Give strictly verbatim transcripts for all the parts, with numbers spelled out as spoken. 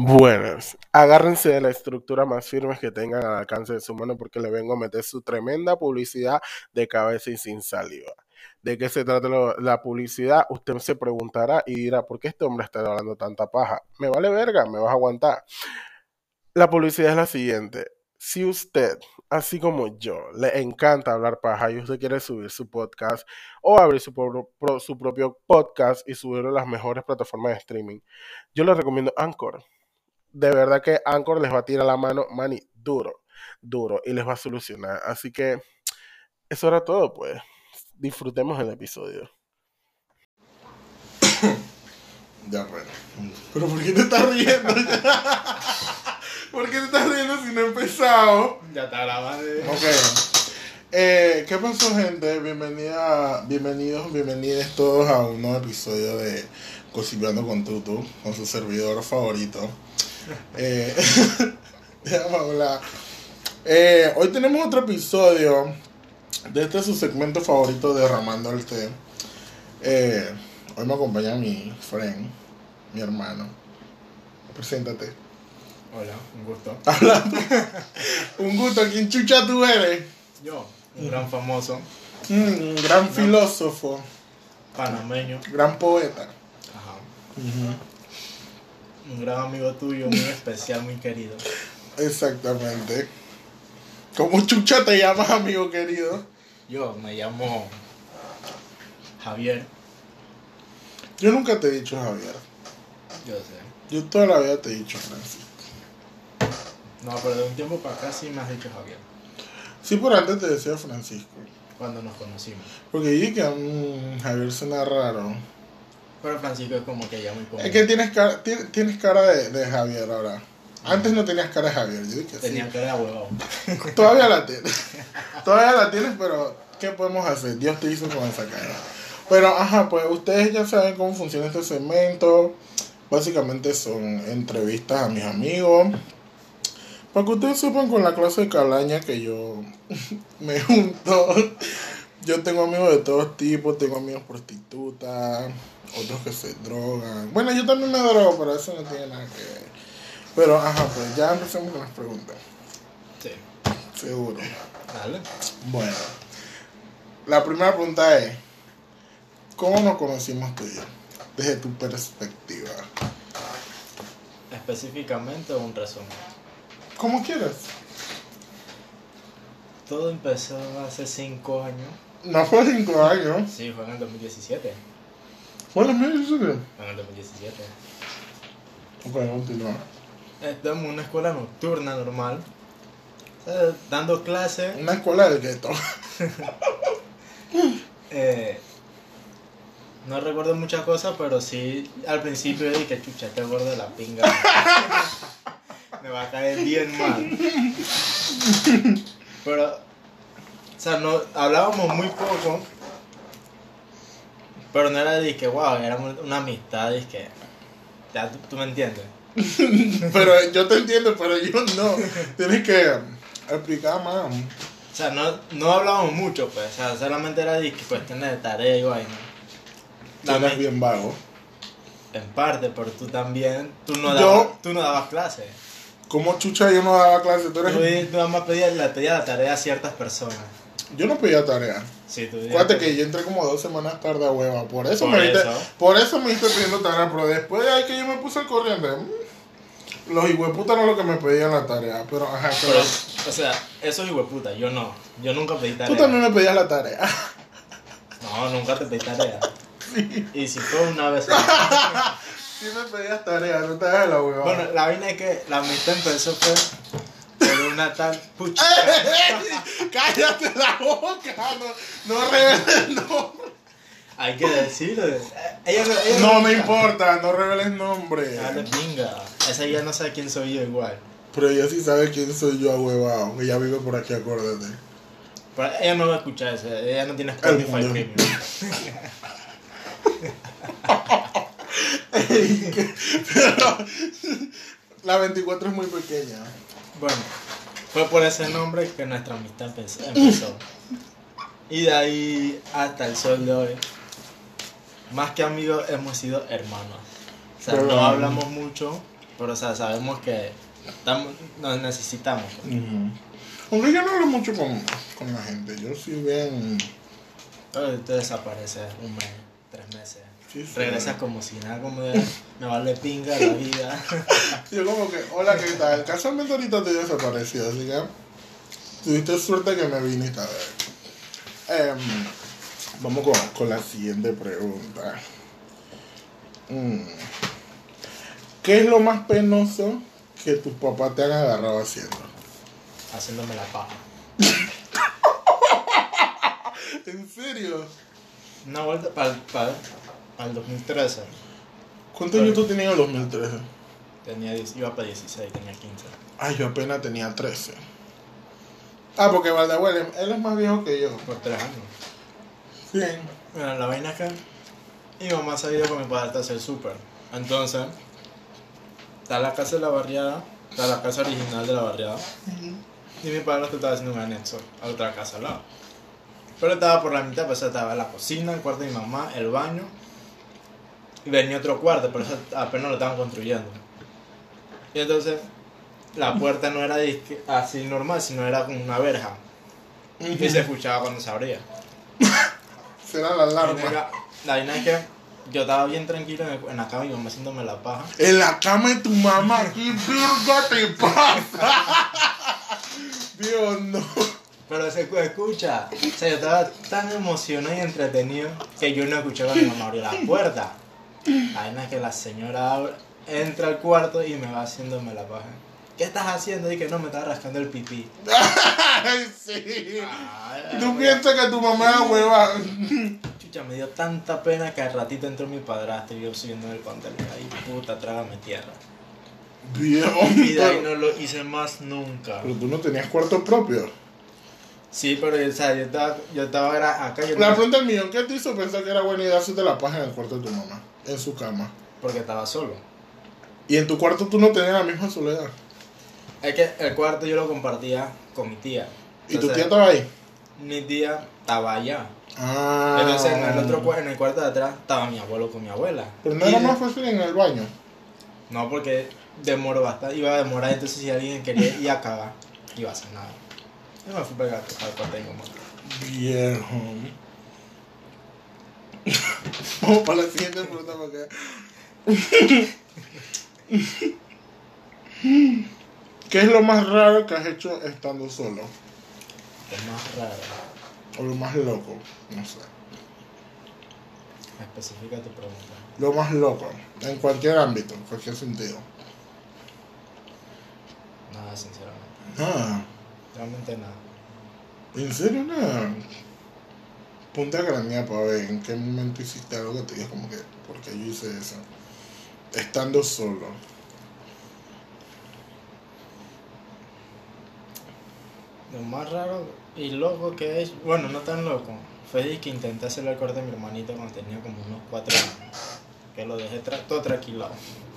Buenas, agárrense de la estructura más firme que tengan al alcance de su mano porque le vengo a meter su tremenda publicidad de cabeza y sin saliva. ¿De qué se trata lo- la publicidad? Usted se preguntará y dirá, ¿por qué este hombre está hablando tanta paja? Me vale verga, me vas a aguantar. La publicidad es la siguiente. Si usted, así como yo, le encanta hablar paja y usted quiere subir su podcast o abrir su, pro- pro- su propio podcast y subirlo a las mejores plataformas de streaming, yo le recomiendo Anchor. De verdad que Anchor les va a tirar la mano, mani, duro, duro, y les va a solucionar. Así que eso era todo, pues. Disfrutemos el episodio. Ya, bueno. Pero ¿por qué te estás riendo? ¿Por qué te estás riendo si no he empezado? Ya te grabé. Ok. Eh, ¿Qué pasó, gente? Bienvenida, bienvenidos, bienvenidos todos a un nuevo episodio de Cocipeando con Tutu, con su servidor favorito. Eh, déjame hablar. Eh, hoy tenemos otro episodio de este su segmento favorito de Derramando el Té. Eh, hoy me acompaña mi friend, mi hermano. Preséntate. Hola, un gusto. Habla. Un gusto. ¿Quién chucha tú eres? Yo, un gran famoso, Mm, un gran No. filósofo, panameño, gran poeta. ajá, Ujú. un gran amigo tuyo, muy especial, muy querido. Exactamente. ¿Cómo chucha te llamas, amigo querido? Yo me llamo Javier, Yo nunca te he dicho Javier. yo sé. Yo toda la vida te he dicho Francisco. No, pero de un tiempo para acá sí me has dicho Javier, Sí, por antes te decía Francisco. cuando nos conocimos. Porque dije que um, Javier suena raro. Pero Francisco es como que ya muy común. Es que tienes cara, ti- tienes cara de, de Javier ahora. Antes no tenías cara de Javier. Yo dije que Tenía sí. cara de huevón. Todavía la tienes. Todavía la tienes, pero ¿qué podemos hacer? Dios te hizo con esa cara. Pero, ajá, pues ustedes ya saben cómo funciona este segmento. Básicamente son entrevistas a mis amigos. Para que ustedes sepan con la clase de calaña que yo me junto. Yo tengo amigos de todos tipos. Tengo amigos prostitutas. Otros que se drogan. Bueno, yo también me drogo, pero eso no tiene nada que ver. Pero, ajá, pues ya empecemos con las preguntas. Sí, Seguro. dale. Bueno, la primera pregunta es, ¿cómo nos conocimos tú y yo? Desde tu perspectiva. Específicamente un resumen. ¿Cómo quieras? Todo empezó hace cinco años. No fue cinco años. Sí, fue en el dos mil diecisiete. ¿Fue en el dos mil diecisiete? Fue en el dos mil diecisiete. Ok, continúa. Estamos en una escuela nocturna normal, o sea, dando clase. Una escuela del gueto. Eh, no recuerdo muchas cosas, pero sí al principio dije, chucha, este gordo de la pinga me va a caer bien mal. Pero, o sea, no, hablábamos muy poco, pero no era de que, wow, era una amistad, y que, ya tú, tú me entiendes. Pero yo te entiendo, pero yo no. Tienes que explicar más. O sea, no, no hablábamos mucho, pues, o sea, solamente era de que cuestiones de tarea y vaina. Tú eres También- bien vago. En parte, pero tú también, tú no Yo- dabas, tú no dabas clases. ¿Cómo chucha yo no daba clase? Tú Tú, eres... tú nada más pedías, le pedías la tarea a ciertas personas. Yo no pedía tarea. Sí, tú dirías Acuérdate que yo entré como dos semanas tarde a hueva. Por eso, Por me viste, eso. por eso me hice pidiendo tarea. Pero después de ahí que yo me puse al corriente, mm, los hijueputas no lo que me pedían la tarea. Pero, ajá, pero, Pero, o sea, eso es hueputa, yo no. Yo nunca pedí tarea. tú también me pedías la tarea. No, nunca te pedí tarea. Y si fue una vez. Sí me pedías tarea, no te hagas la hueva. Bueno, la vaina es que la amistad empezó fue por una tal pucha. Cállate la boca, no, no reveles el nombre. Hay que decirlo. Eh, Ella, ella No me importa, no reveles nombre. Dale pinga. Esa ya no sabe quién soy yo igual. Pero ella sí sabe quién soy yo, huevado. Ella vive por aquí, acuérdate. Pero ella no va a escuchar eso. Ella no tiene Spotify mundo. Premium. Pero la veinticuatro es muy pequeña. Bueno, fue por ese nombre que nuestra amistad empezó. empezó. Y de ahí hasta el sol de hoy, más que amigos, hemos sido hermanos. O sea, Pero- no hablamos mucho, Pero, o sea, sabemos que estamos, nos necesitamos. Pues. Uh-huh. Aunque yo no hablo mucho con, con la gente. Yo sí ven... Pero te desapareces un mes, tres meses. Sí, sí. Regresas como si nada, como de, me vale pinga la vida. Yo como que, hola, ¿qué tal? Casualmente ahorita te desapareció, así que tuviste suerte que me viniste a ver. Um, vamos con, con la siguiente pregunta. Mm. ¿Qué es lo más penoso que tus papás te han agarrado haciendo? Haciéndome la paja. ¿En serio? Una vuelta para para el dos mil trece. ¿Cuántos años tú tenías en el dos mil trece? Tenía, iba para dieciséis, tenía quince. Ay, yo apenas tenía trece. Ah, porque Valdehuel, él es más viejo que yo. Por tres años. Bien. Mira, la vaina es que mi mamá se ha ido con mi padre a hacer súper. Entonces, está la casa de la barriada, está la casa original de la barriada. Uh-huh. Y mi padre lo estaba haciendo un anexo a otra casa al lado. Pero estaba por la mitad, pues estaba la cocina, el cuarto de mi mamá, el baño. Y venía otro cuarto, pero eso apenas lo estaban construyendo. Y entonces, la puerta no era así normal, sino era como una verja. Uh-huh. Y se escuchaba cuando se abría. Será la alarma. La vaina es que yo estaba bien tranquilo en, el, en la cama y mi mamá haciéndome la paja. En la cama de tu mamá, ¿qué verga te pasa? Dios, no. Pero se escucha. O sea, yo estaba tan emocionado y entretenido que yo no escuchaba a mi mamá abrir la puerta. La vaina es que la señora abre, entra al cuarto y me va haciéndome la paja. ¿Qué estás haciendo? Y que no, me estaba rascando el pipí. Ay, sí. Ay, ¿tú piensas que tu mamá es hueva? Chucha, me dio tanta pena que al ratito entró mi padrastro y yo subiendo el pantalón. Ay, puta, trágame tierra. Viejo. Y de ahí no lo hice más nunca. Pero tú no tenías cuarto propio. Sí, pero o sea, yo estaba, yo estaba acá. Yo la no... pregunta del millón, ¿qué te hizo pensar que era buena idea hacerte la paja en el cuarto de tu mamá? En su cama. Porque estaba solo. Y en tu cuarto tú no tenías la misma soledad. Es que el cuarto yo lo compartía con mi tía. Entonces, ¿y tu tía estaba ahí? Mi tía estaba allá. Ah. Entonces en el otro en el cuarto de atrás estaba mi abuelo con mi abuela. Pero no era más fácil en el baño. No, porque demoró bastante, iba a demorar, entonces si alguien quería ir a cagar, iba a hacer nada. Yo me fui para el cuarto de mi mamá. Viejo. Vamos para la siguiente pregunta para acá. ¿Qué es lo más raro que has hecho estando solo? Lo más raro. O lo más loco, no sé. Especifica tu pregunta. Lo más loco, en cualquier ámbito, en cualquier sentido. Nada, sinceramente. Nada. Realmente nada. ¿En serio nada? Ponte a granía para ver en qué momento hiciste algo que te digas como que, ¿por qué yo hice eso? Estando solo. Lo más raro y loco que he hecho, bueno, no tan loco, fue que intenté hacerle el corte a mi hermanito cuando tenía como unos cuatro años. Que lo dejé tra todo tranquilado.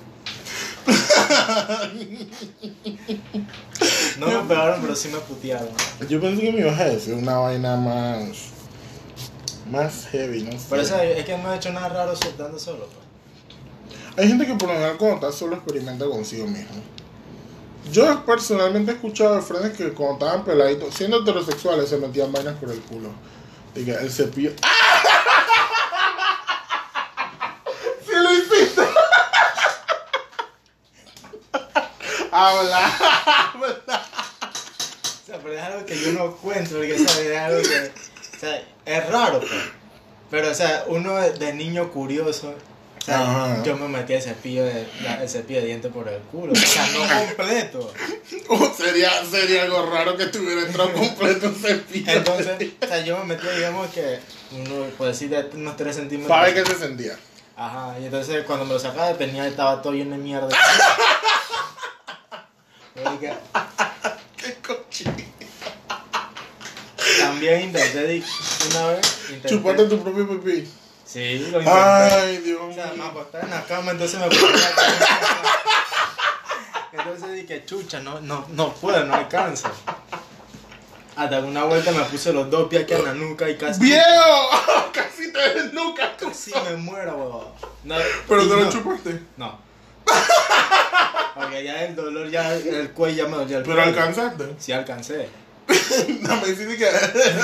No me pegaron, pero sí me putearon. Yo pensé que me ibas a decir una vaina más. Más heavy, no sé. Pero o sea, es que no he hecho nada raro soltando solo. Pues. Hay gente que por lo general cuando está solo experimenta consigo mismo. Yo personalmente he escuchado de frenes que cuando estaban peladitos, siendo heterosexuales, se metían vainas por el culo. Diga, el cepillo. ¡Ah! ¡Sí lo hiciste! Habla, habla. O sea, pero es algo que yo no cuento, porque ¿sabes? Es algo que. O sea, es raro, pues. Pero, o sea, uno de niño curioso. O sea, ajá, yo me metí el cepillo de, el cepillo de dientes por el culo. O sea, no completo. Oh, sería, sería algo raro que tuviera entrado completo un cepillo. Entonces, o sea, yo me metí, digamos que, uno, puede decir, de unos tres centímetros. ¿Para ver qué se sentía? Ajá, y entonces cuando me lo sacaba tenía, estaba todo lleno de mierda. Oiga. ¡Qué cochino! También intenté una vez. Intenté... ¿Chupaste tu propio pipí? Sí, lo intenté. Ay, Dios mío. O sea, me acostaba en la cama, entonces me puse la cama. Entonces dije, chucha, no, no, no puedo, no alcanzo. Hasta que una vuelta me puse los dos pies aquí en la nuca y casi... ¡Viejo! Casi te desnucas. Casi me muero, weón. No, ¿pero te no, lo chupaste? No. que ya el dolor, ya el cuello ya me dolía el Pero cuello. alcanzaste. Sí, alcancé. No me dices que.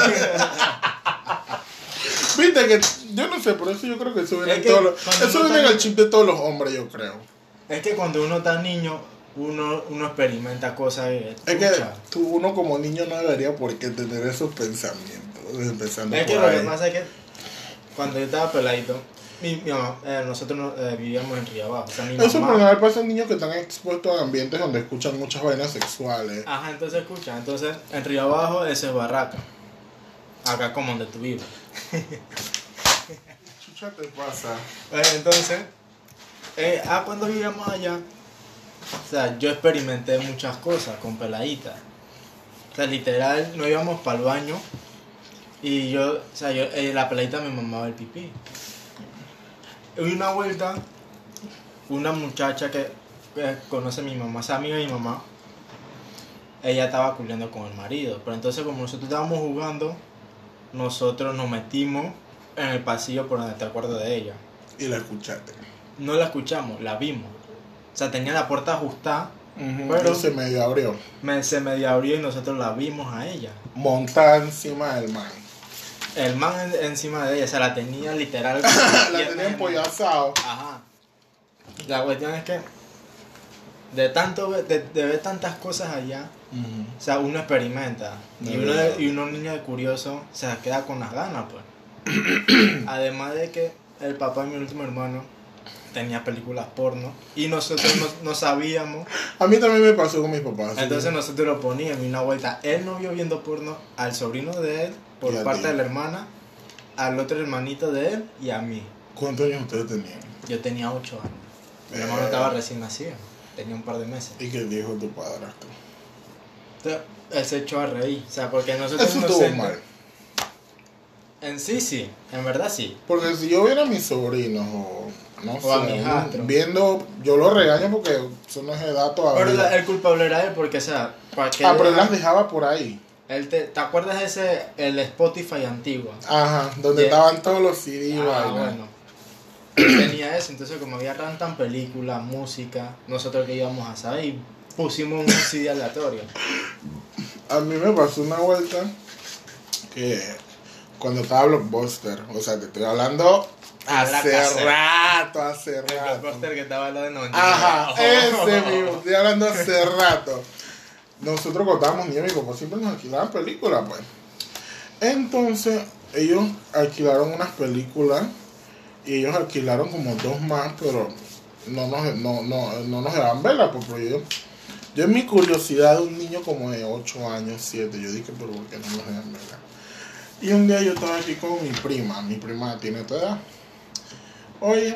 Viste que yo no sé, por eso yo creo que eso viene Es en que todos los. cuando Eso uno viene en está- el chip de todos los hombres, yo creo. Es que cuando uno está niño, uno, uno experimenta cosas y Es que escucha. tú, uno como niño no debería por qué tener esos pensamientos. Empezando Es que por lo ahí. que pasa es que cuando yo estaba peladito, mi, mi mamá, eh, nosotros no- eh, vivíamos en Río Abajo. O sea, mi Eso por mamá. lo general pasa en niños que están expuestos a ambientes donde escuchan muchas vainas sexuales. Ajá, entonces escucha. Entonces, en Río Abajo, ese es Barraca. Acá como donde tú vives. Chucha, te pasa. Eh, Entonces, eh, ah, cuando vivíamos allá, o sea, yo experimenté muchas cosas con peladitas. O sea, literal, no íbamos para el baño y yo, o sea, yo, eh, la peladita me mamaba el pipí. Y una vuelta, una muchacha que, que conoce a mi mamá, o sea, amiga de mi mamá, ella estaba culiando con el marido. Pero entonces, como nosotros estábamos jugando, nosotros nos metimos en el pasillo por donde está el cuarto de ella. Y la escuchaste. No la escuchamos, la vimos. O sea, tenía la puerta ajustada, Ujú, Pero- y se medio abrió. me, se medio abrió y nosotros la vimos a ella. Montada encima del man. El man en- encima de ella, o sea, la tenía literal. La tenía empollazado. Ajá. La cuestión es que de tanto ver- de, de ver tantas cosas allá, o sea, uno experimenta. De Y uno, verdad. y uno niño de curioso se queda con las ganas, pues. Además de que el papá de mi último hermano tenía películas porno y nosotros no, no sabíamos. A mí también me pasó con mis papás. así Entonces que- nosotros lo poníamos y una vuelta. Él no vio viendo porno al sobrino de él por Y a parte ti. de la hermana, al otro hermanito de él y a mí. ¿Cuántos años ustedes tenían? Yo tenía ocho años. Mi Eh. hermano estaba recién nacido. Tenía un par de meses. ¿Y qué dijo tu padrastro? Entonces, él se echó a reír. O sea, porque nosotros Eso estuvo inocentes- mal. En sí, sí. En verdad, sí. Porque si yo viera a mis sobrinos o no O a sé, mi un- hijastro. viendo, yo los regaño porque eso no es edad Pero todavía. la- el culpable era él porque, o sea, ¿para qué? Ah, pero él deja- las dejaba por ahí. él te, ¿te acuerdas de ese, el Spotify antiguo? Ajá, donde Yeah. estaban todos los C D y Ah, vaina. bueno. Él tenía eso, entonces como había tantas películas, música, nosotros que íbamos a saber y pusimos un C D aleatorio. A mí me pasó una vuelta que cuando estaba Blockbuster, o sea, te estoy hablando Ah, la hace casa. rato, hace El rato. blockbuster que estaba al lado de noventa. Ajá, ese mismo, estoy hablando hace rato. Nosotros cuando estábamos niños, mi papá siempre nos alquilaban películas, pues. Entonces, ellos alquilaron unas películas y ellos alquilaron como dos más, pero no nos, no, no, no nos dejaban verlas, pues, porque yo, yo en mi curiosidad de un niño como de ocho años, siete, yo dije, pero ¿por qué no nos dejan verlas? Y un día yo estaba aquí con mi prima, mi prima tiene tu edad. Oye,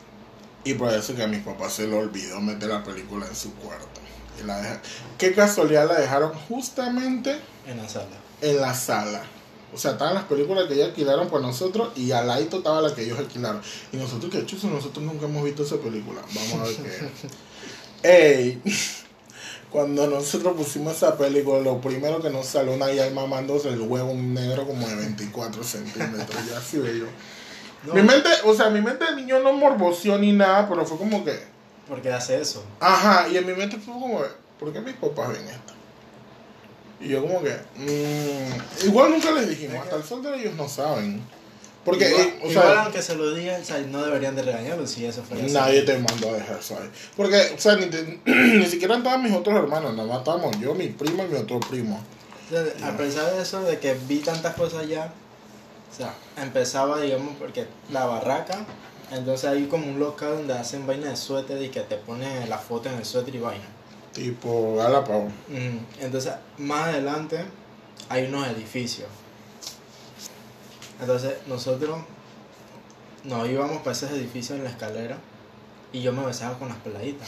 y parece que a mis papás se le olvidó meter la película en su cuarto. Y la deja- Qué casualidad la dejaron justamente En la sala. en la sala. O sea, estaban las películas que ellos alquilaron para nosotros y al ladito estaba la que ellos alquilaron. Y nosotros, qué chuzo, nosotros nunca hemos visto esa película. Vamos a ver qué. Ey, cuando nosotros pusimos esa película, lo primero que nos salió una guía mamándose el huevo un negro como de veinticuatro centímetros. Ya así ve yo. No, Mi mente, o sea, mi mente de niño no morboció ni nada, pero fue como que, porque hace eso. ajá, y en mi mente fue como, ¿por qué mis papás ven esto? Y yo como que, mmm, igual nunca les dijimos, hasta el sol de ellos no saben. Porque, igual, eh, o igual sea, aunque se lo digan, o sea, no deberían de regañarlo si eso fuera así. nadie te mandó a dejar eso ahí. Porque, o sea, ni, te- ni siquiera estaban mis otros hermanos, nada más estábamos yo, mi prima y mi otro primo. O sea, a pesar de eso, de que vi tantas cosas allá, o sea, empezaba, digamos, porque la barraca, entonces hay como un local donde hacen vaina de suéter y que te ponen la foto en el suéter y vaina. Tipo, Galapagos. Mm, Entonces, más adelante hay unos edificios. Entonces, nosotros nos íbamos para esos edificios en la escalera y yo me besaba con las peladitas.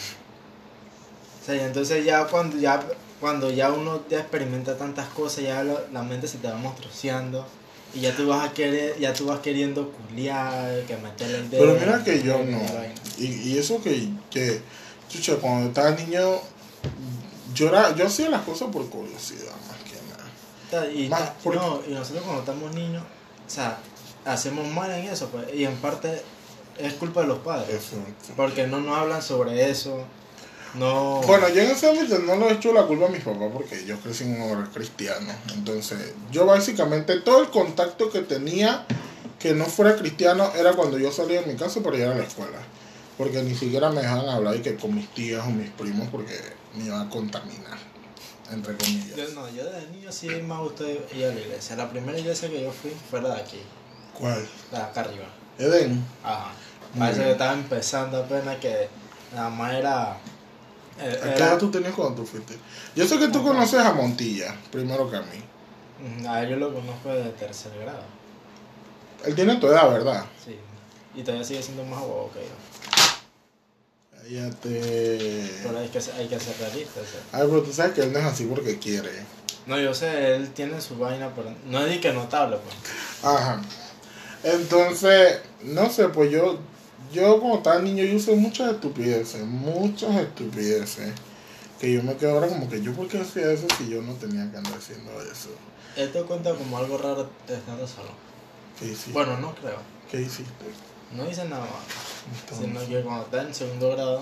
O sea, y entonces ya cuando ya cuando ya uno ya experimenta tantas cosas, ya lo- la mente se te va monstruoseando y ya tú vas a querer, ya tú vas queriendo culiar, que meterle el dedo. Pero mira que yo en la no. vaina. Y, y eso que, que, chucha, cuando estaba niño, yo, era, yo hacía las cosas por curiosidad, más que nada. O sea, Y, Más ta- porque- no, y nosotros cuando estamos niños, o sea, hacemos mal en eso, pues, y en parte es culpa de los padres. Eso. Porque no nos hablan sobre eso. No. Bueno, yo en ese ámbito no le he hecho la culpa a mis papás porque yo crecí en un hogar cristiano. Entonces, yo básicamente todo el contacto que tenía que no fuera cristiano era cuando yo salía de mi casa para ir a la escuela. Porque ni siquiera me dejaban hablar y que con mis tías o mis primos porque me iban a contaminar, entre comillas. Yo, no, yo desde niño sí me gustó ir a la iglesia. La primera iglesia que yo fui fue la de aquí, ¿Cuál? la de acá arriba. Edén. Ajá. Muy Parece bien. que estaba empezando apenas que nada más era... eh, ¿A qué era- edad tú tenías cuando tú fuiste? Yo sé que tú Ajá. conoces a Montilla, primero que a mí. Mm, A él yo lo conozco de tercer grado. Él tiene tu edad, ¿verdad? Sí. Y todavía sigue siendo más guapo que yo. Ya te... Pero hay que, ser- hay que ser realistas. ¿sí? Ay, pero tú sabes que él no es así porque quiere. No, yo sé, él tiene su vaina, pero no es ni que notable, pues. Ajá. Entonces, no sé, pues yo, yo como tal niño, yo hice muchas estupideces, muchas estupideces. Que yo me quedo ahora como que yo, ¿por qué hacía eso si yo no tenía que andar haciendo eso? Él te cuenta como algo raro estando solo. ¿Qué hiciste? Bueno, no creo. ¿Qué hiciste? No hice nada más. Entonces, Sino que cuando estaba en segundo grado,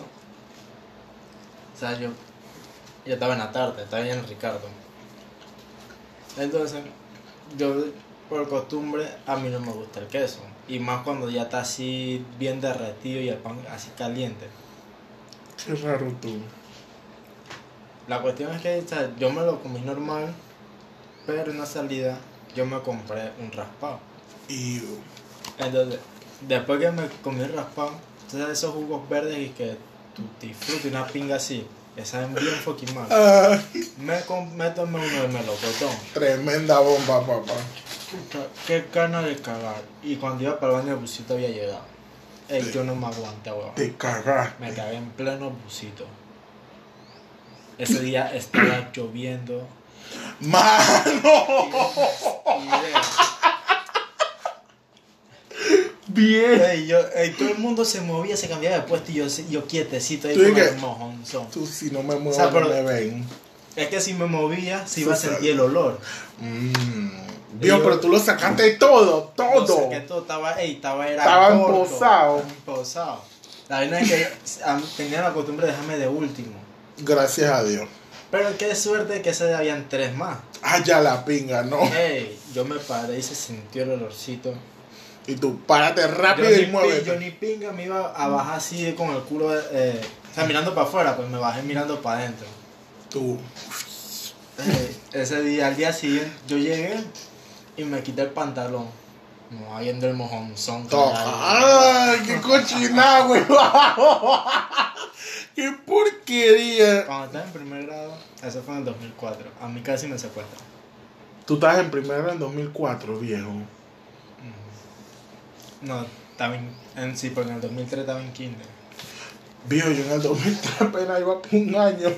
o sea, yo, yo estaba en la tarde, estaba en el Ricardo. Entonces, yo por costumbre, a mí no me gusta el queso. Y más cuando ya está así bien derretido y el pan así caliente. qué raro tú. La cuestión es que o sea, yo me lo comí normal, pero en la salida yo me compré un raspado. Y Entonces, después que me comí el raspado, entonces esos jugos verdes y que tutti frutti, una pinga así, que saben bien fucking mal. ah, Me, com- me tomé uno de melocotón. tremenda bomba, papá. Puta, qué gana de cagar. Y cuando iba para el baño el busito había llegado. Ey, yo no me aguanté, weón. Te cagaste. Me cagué en pleno busito. Ese día estaba lloviendo. ¡Mano! Y, y, Bien. ey, yo, ey, todo el mundo se movía, se cambiaba de puesto y yo, yo quietecito ahí ¿Tú con qué? el mojonzón. Tú si no me muevo O sea, pero- no me ven. Es que si me movía, se iba a Sí, sentir el olor. Mmm. Dios, yo- pero tú lo sacaste todo, No sé, todo. que todo estaba, ey, estaba era Estaba corto, emposado. emposado. La vaina es que a- tenía la costumbre de dejarme de último. Gracias a Dios. Pero qué suerte que ese día habían tres más. Ah, ya la pinga, ¿no? Ey, yo me paré y se sintió el olorcito. Y tú, párate rápido yo, y ni pi- yo muévete. ni pinga me iba a bajar así con el culo, eh, o sea, mirando para afuera, pues me bajé mirando para adentro. Tú. Ey, ese día, al día siguiente, yo llegué y me quité el pantalón. No, viendo el mojonzón. que Toca. había ahí. ¡Ay, qué cochinada, güey! ¡Qué porquería! Cuando estaba en primer grado, eso fue en el dos mil cuatro, a mí casi me secuestran. Tú estabas en primero en dos mil cuatro, viejo. No, estaba en, en sí, porque en el dos mil tres estaba en kinder. Viejo, yo en el dos mil tres apenas iba por un año.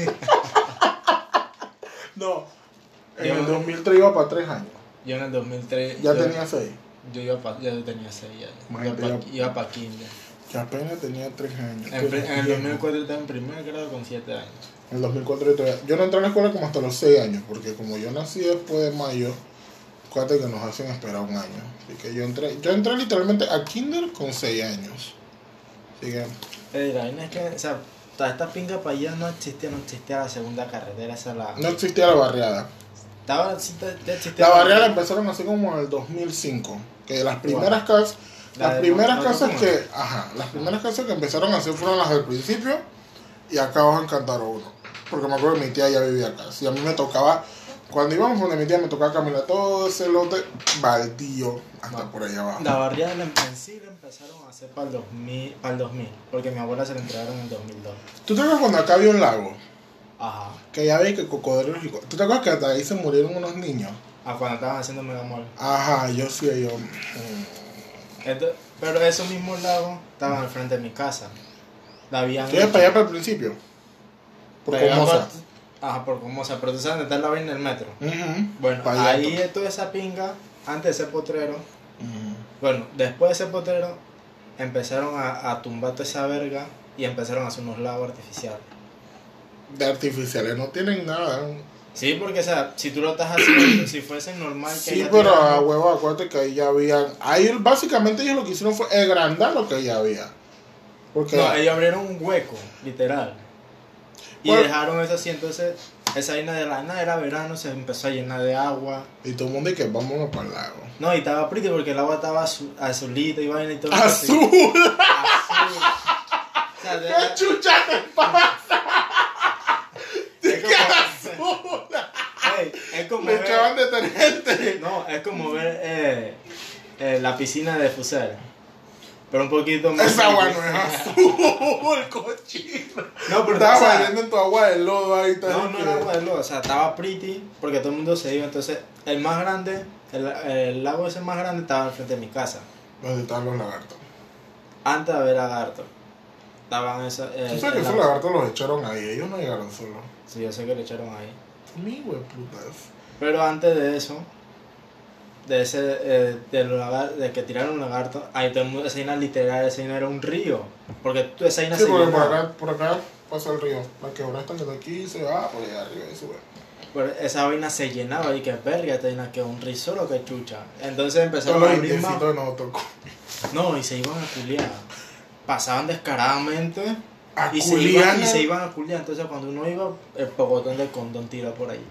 No, en Yo- el dos mil tres iba para tres años. Yo en el dos mil tres... Ya yo, tenía seis. Yo iba pa, ya tenía seis ya. Imagínate, Iba pa, ya- iba pa kinder. Que apenas tenía tres años. En, pri- Qué en el viejo. dos mil cuatro estaba en primer grado con siete años. En el dos mil cuatro yo todavía... Yo no entré a la escuela como hasta los seis años, porque como yo nací después de mayo, acuérdate que nos hacen esperar un año. Así que yo entré, yo entré literalmente a kinder con seis años. Así que... Eh, la vaina es que, o sea, toda esta pinga para allá no existía, no existía la segunda carretera, esa la... No existía la barriada. Estaba, sí, ya- ya existía La barriada la empezaron así como en el dos mil cinco. Que las primeras casas... La Las de primeras Mon- casas Mon- que... Ajá, las primeras casas que empezaron a hacer fueron las del principio. Y acá abajo en Cantaro uno. Porque me acuerdo que mi tía ya vivía acá. Si a mí me tocaba... Cuando íbamos donde mi tía me tocaba caminar todo ese lote baldío hasta No. por allá abajo. La barriada la- en sí la empezaron a hacer para el dos mil, para el dos mil, porque mi abuela se la entregaron en el dos mil dos. ¿Tú te acuerdas cuando acá había un lago? Ajá. Que ya veis que cocodrilos y... co- ¿Tú te acuerdas que hasta ahí se murieron unos niños? Ah, cuando estaban haciendo Megamall. Ajá, yo sí, yo... mm. Entonces, pero esos mismos lagos estaban al frente de mi casa. La habían ¿Tú ibas para allá para el principio? Por Pegado Comosa. por- Ajá, por Comosa, pero tú sabes dónde está la vaina del metro. Ujú. Bueno, Pa' allá ahí to- de toda esa pinga, antes de ese potrero, Ujú. bueno, después de ese potrero, empezaron a, a tumbar toda esa verga y empezaron a hacer unos lagos artificiales. De artificiales no tienen nada. Sí, porque, o sea, si tú lo estás haciendo, si fuese normal que Sí, haya pero tirado- a huevo, acuérdate que ahí ya habían... Ahí básicamente ellos lo que hicieron fue agrandar lo que ya había. Porque... No, ellos abrieron un hueco, literal. Y Bueno. dejaron eso así, entonces esa vaina de la nada era verano, se empezó a llenar de agua. Y todo el mundo dice que vámonos para el lago. No, y estaba pretty porque el agua estaba azul, azulita y vaina y todo. ¡Azul! Azul. O sea, de- ¿Qué chucha te pasa? es ¿Qué como, azul? Ey, es como Le ver, echaban detergente. no, es como ver eh, eh, la piscina de Fuser. Pero un poquito más. Esa agua no es azul, cochino. No, pero Estaba o sea, bailando en tu agua de lodo ahí. tal No, no que- era agua de lodo, o sea, estaba pretty porque todo el mundo se iba. Entonces, el más grande, el, el lago ese más grande estaba al frente de mi casa. ¿Dónde están los lagartos? Antes de haber lagarto. Estaban esos. Eh, Tú sabes que el esos lago- lagartos los echaron ahí, ellos no llegaron solos. Sí, yo sé que le echaron ahí. Mi putas. Pero antes de eso, de ese, eh, de, los lagar- de que tiraron un lagarto, ahí todo el mundo, esa vaina literal, esa vaina era un río. Porque tú, esa vaina Sí, se porque por llenaba. acá, por acá pasa el río. La quebrada está que está aquí se va por allá arriba y sube. Pero esa vaina se llenaba y que verga, esta vaina que un risolo que chucha. Entonces empezaron Todos a los abrir más. indiecitos no tocó. No, y se iban a culiar. Pasaban descaradamente A y se, iban, culiar. y se iban a culiar. Entonces cuando uno iba, el pogotón del condón tira por ahí.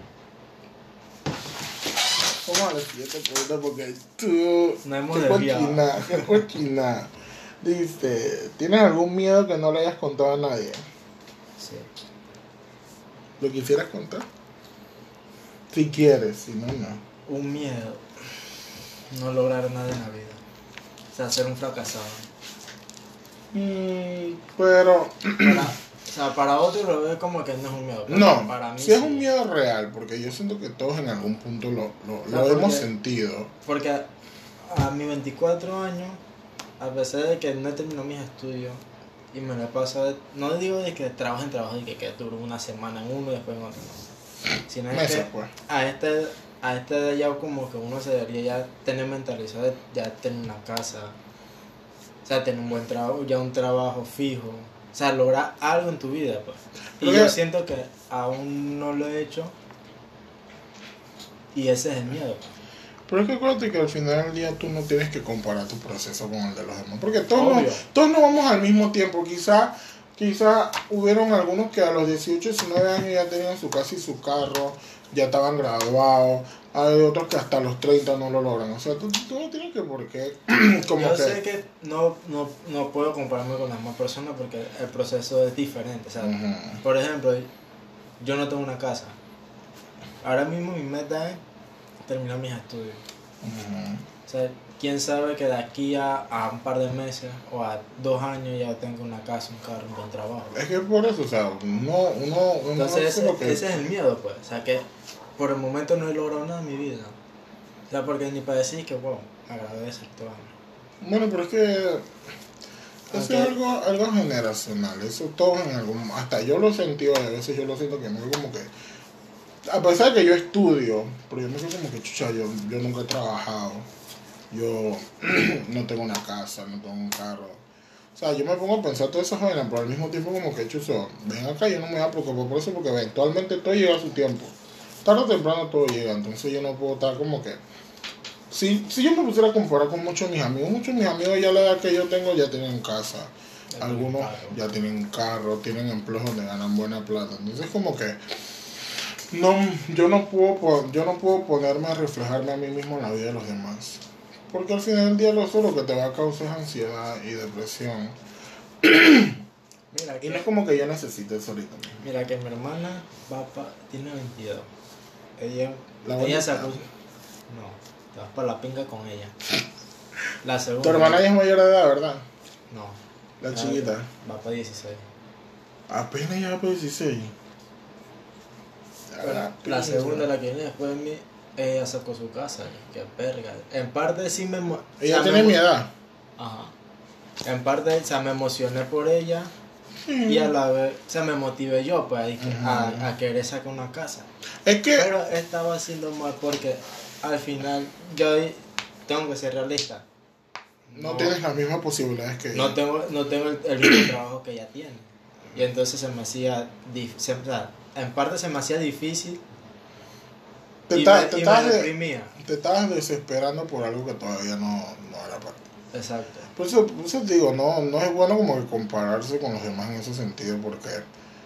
Vamos a la siguiente pregunta porque tú. No hemos qué desviado. cochina, qué cochina. Dice: ¿tienes algún miedo que no le hayas contado a nadie? Sí. ¿Lo quisieras contar? Si quieres, si no, no. Un miedo. No lograr nada en la vida. O sea, ser un fracasado. Mm, pero. Para, o sea, para otros lo veo como que no es un miedo. pero No, para mí si es sí. un miedo real, porque yo siento que todos en algún punto lo, lo, No, lo hemos porque- sentido. Porque a, a mis veinticuatro años, a pesar de que no he terminado mis estudios y me lo he pasado, no digo de que trabajo en trabajo y que, que duro una semana en uno y después en otro, no. Sino es Meses, que pues. a este, a esta edad ya como que uno se debería ya tener mentalizado de ya tener una casa, o sea, tener un buen trabajo, ya un trabajo fijo, o sea, lograr algo en tu vida, pues. Y Porque- yo siento que aún no lo he hecho y ese es el miedo, pues. Pero es que acuérdate que al final del día tú no tienes que comparar tu proceso con el de los demás. Porque todos, no, Obvio. todos no vamos al mismo tiempo. Quizá, quizá hubieron algunos que a los dieciocho, diecinueve años ya tenían su casa y su carro, ya estaban graduados. Hay otros que hasta los treinta no lo logran. O sea, tú, tú no tienes que por qué. Como Yo que, sé que no, no, no puedo compararme con las demás personas porque el proceso es diferente, ¿sabes? Ujú. Por ejemplo, yo no tengo una casa. Ahora mismo mi meta es terminar mis estudios. Ujú. O sea, quién sabe que de aquí a, a un par de meses o a dos años ya tengo una casa, un carro, un buen trabajo. Es que por eso, o sea, uno, uno, uno Entonces hace ese, lo que- ese es el miedo, pues. O sea, que por el momento no he logrado nada en mi vida. O sea, porque ni para decir que, wow, agradece todo. Bueno, pero es que eso Aunque- es algo, algo generacional, eso todos en algún, hasta yo lo sentí y a veces yo lo siento que no es como que, a pesar de que yo estudio, pero yo me quedo como que chucha, yo, yo nunca he trabajado, yo no tengo una casa, no tengo un carro, o sea, yo me pongo a pensar todas esas vainas, pero al mismo tiempo como que chuzo, ven acá, yo no me voy a preocupar por eso porque eventualmente todo llega a su tiempo, tarde o temprano todo llega, entonces yo no puedo estar como que. Si, si yo me pusiera a comparar con muchos de mis amigos, muchos de mis amigos ya a la edad que yo tengo ya tienen casa. Ya tienen Algunos carro. ya tienen carro, tienen empleos donde ganan buena plata. Entonces como que no, yo no puedo po- yo no puedo ponerme a reflejarme a mí mismo en la vida de los demás. Porque al final del día lo solo que te va a causar es ansiedad y depresión. Mira Y no es que, como que yo necesite eso ahorita. mira que mi hermana va pa, tiene veintidós. Ella, La ella bonita. se acusa. No, te vas para la pinga con ella. La segunda. Tu hermana ya es mayor de edad, ¿verdad? No. La chiquita. Va para dieciséis. Apenas ya para dieciséis. Pero la segunda, la que viene después de mí, ella sacó su casa. Que verga. En parte sí me. emo- Ella o sea, tiene me mi emo- edad. Ajá. En parte, o sea, me emocioné por ella. Y a la vez, o sea, me motivé yo pues, a, Ujú. a, a querer sacar una casa. Es que. Pero estaba haciendo mal porque al final yo tengo que ser realista. No, tienes las mismas posibilidades que no ella. tengo, no tengo el, el mismo trabajo que ella tiene. Y entonces se me hacía dif- se- o sea, en parte se me hacía difícil Te, y, está- me, te y estabas me de- deprimía. te estabas desesperando por algo que todavía no, no era para ti. Exacto. Por eso, por eso digo, no, no es bueno como que compararse con los demás en ese sentido porque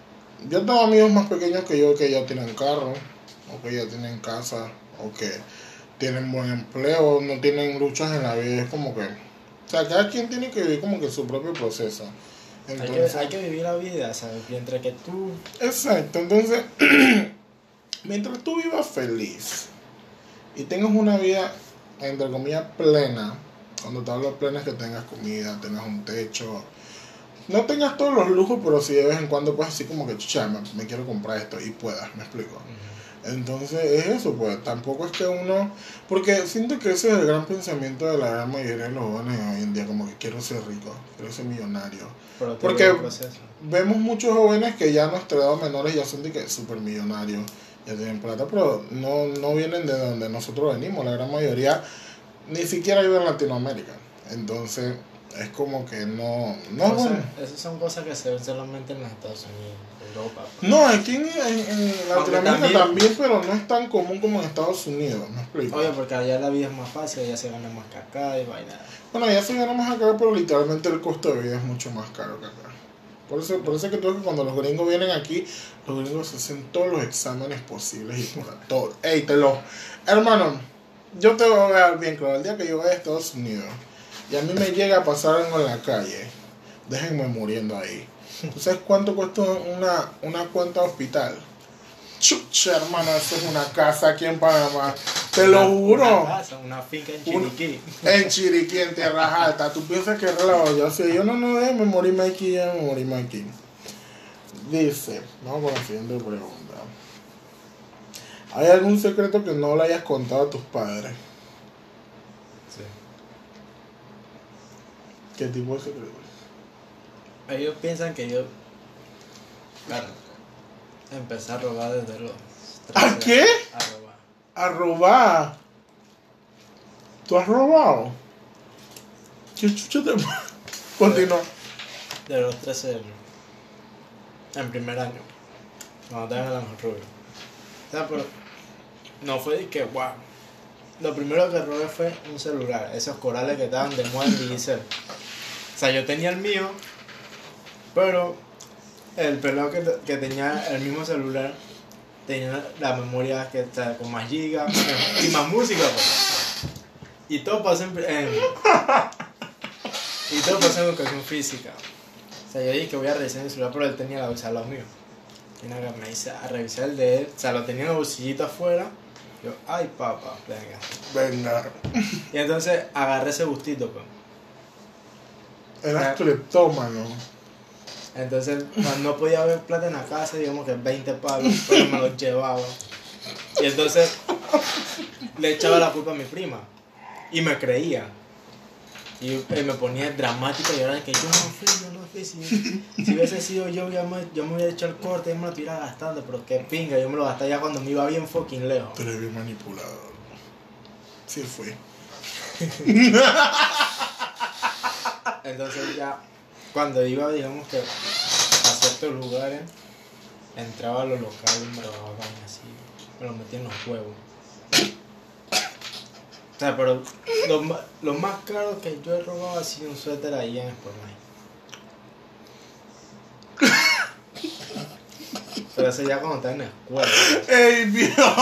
yo tengo amigos más pequeños que yo que ya tienen carro, o que ya tienen casa, o que tienen buen empleo, no tienen luchas en la vida. Es como que, o sea, cada quien tiene que vivir como que su propio proceso. Entonces, hay, que, hay que vivir la vida, ¿sabes? Mientras que tú... Exacto, entonces, mientras tú vivas feliz y tengas una vida, entre comillas, plena, cuando te hablo plena es que tengas comida, tengas un techo, no tengas todos los lujos, pero si de vez en cuando pues así como que, chucha, me, me quiero comprar esto y puedas, me explico. Uh-huh. Entonces es eso, pues, tampoco es que uno, porque siento que ese es el gran pensamiento de la gran mayoría de los jóvenes hoy en día, como que quiero ser rico, quiero ser millonario. Pero porque vemos muchos jóvenes que ya a nuestra edad menores ya son de que súper millonarios, ya tienen plata, pero no, no vienen de donde nosotros venimos, la gran mayoría ni siquiera vive en Latinoamérica. Entonces es como que no, no o bueno. sea, esas son cosas que se ven solamente en los Estados Unidos, Europa. Pues. No, aquí en, en, en Latinoamérica también, también, pero no es tan común como en Estados Unidos, ¿me explico? Oye, porque allá la vida es más fácil, allá se gana más que acá y vaina. Bueno, allá se gana más acá, pero literalmente el costo de vida es mucho más caro que acá. Por eso, por eso es que tú ves que cuando los gringos vienen aquí, los gringos hacen todos los exámenes posibles y por todo. Ey, te lo... Hermano, yo te voy a ver bien claro, el día que yo vaya a Estados Unidos y a mí me llega a pasar algo en la calle, déjenme muriendo ahí. ¿Tú sabes cuánto cuesta una, una cuenta de hospital? Chucha, hermano, eso es una casa aquí en Panamá. Te una, lo juro. Una casa, una finca en Chiriquí. Un, en Chiriquí, en Tierras Altas. Tú piensas que es relajo. Yo sé, yo no, no, déjame morirme aquí, ya me morirme aquí. Dice, vamos con la siguiente pregunta. ¿Hay algún secreto que no le hayas contado a tus padres? Sí. ¿Qué tipo de secreto? Ellos piensan que yo, claro, empecé a robar desde los ¿A qué? A robar. A robar. ¿Tú has robado? ¿Qué chucha te... Continúa. De los trece años. En primer año. Cuando estaba en el Ángel Rubio. O sea, pero no fue de que, wow. Lo primero que robé fue un celular. Esos corales que estaban de moda en Digicel. O sea, yo tenía el mío, pero el pelado que, que tenía el mismo celular tenía la memoria que está con más gigas y más música, pues. Y todo pasó en, en y todo pasó en educación física. O sea, yo dije que voy a revisar mi celular, pero él tenía la bolsa los míos. Y nada, me hice a revisar el de él, o sea, lo tenía en el bolsillito afuera. Yo, ay papá, venga. Venga. Y entonces agarré ese gustito, pues. Eras cleptómano. Entonces, cuando no podía haber plata en la casa, digamos que veinte palos, pero me los llevaba. Y entonces le echaba la culpa a mi prima. Y me creía. Y eh, me ponía dramático y ahora que yo no fui, yo no fui. Si, si hubiese sido yo, yo me, yo me hubiera hecho el corte y me lo estuviera gastando. Pero qué pinga, yo me lo gasté ya cuando me iba bien fucking lejos. Tú eres bien manipulador. Sí fui. Entonces ya, cuando iba, digamos que a ciertos lugares, entraba a los locales y me robaban así, me lo metía en los huevos. O sea, pero lo, lo más caro que yo he robado ha sido un suéter ahí en Sportmay. Pero eso ya cuando estaba en la escuela. ¡Ey, Dios!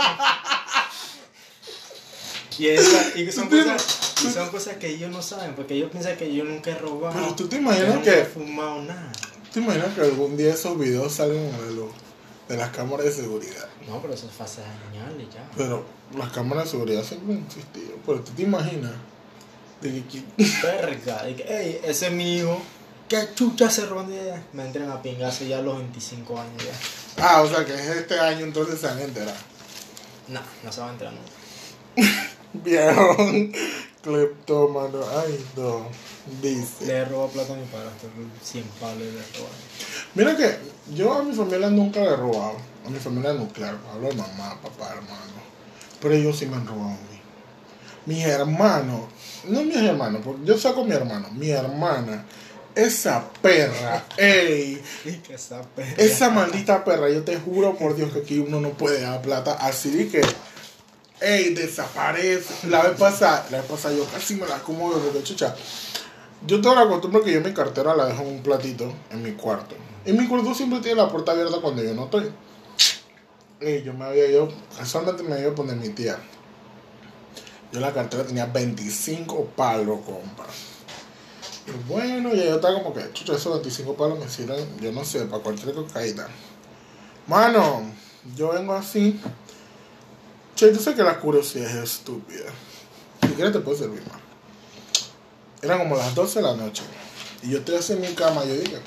Y, esa, y son cosas... Y son cosas que ellos no saben, porque ellos piensan que yo nunca he robado. Pero tú te imaginas que... que... Nunca he fumado nada. ¿Te imaginas que algún día esos videos salen a la luz de las cámaras de seguridad? No, pero eso es fase señales ya. Pero las cámaras de seguridad siempre han existido. Pero tú te imaginas de que... Verga, de que, ey, ese es mi hijo. ¿Qué chucha se robando ya? Me entran a pingarse ya a los veinticinco años ya. Ah, o sea que es este año entonces se van a enterar. No, no se va a enterar nunca. Viejo cleptómano, ay no, dice. Le he robado plata a mi padre, hasta cien palos de robar. Mira que yo a mi familia nunca le he robado, a mi familia nuclear, hablo de mamá, papá, hermano, pero ellos sí me han robado a mí. Mis hermanos, no mis hermanos, porque yo saco a mi hermano, mi hermana, esa perra, ey, esa perra, esa maldita perra, yo te juro por Dios que aquí uno no puede dar plata, así de que... Ey, desaparece. La vez pasada, la vez pasada yo casi me la como porque chucha. Yo tengo la costumbre que yo mi cartera la dejo en un platito en mi cuarto. Y mi cuarto siempre tiene la puerta abierta cuando yo no estoy. Y yo me había ido, casualmente me había ido a poner mi tía. Yo la cartera tenía veinticinco palos, compa. Y bueno, ya yo estaba como que, chucha, esos veinticinco palos me sirven, yo no sé, para cualquier cocaína. Mano, yo vengo así. Che, tú sabes que la curiosidad es estúpida. Si quieres te puede servir más. Eran como las doce de la noche. Y yo estoy así en mi cama, yo dije...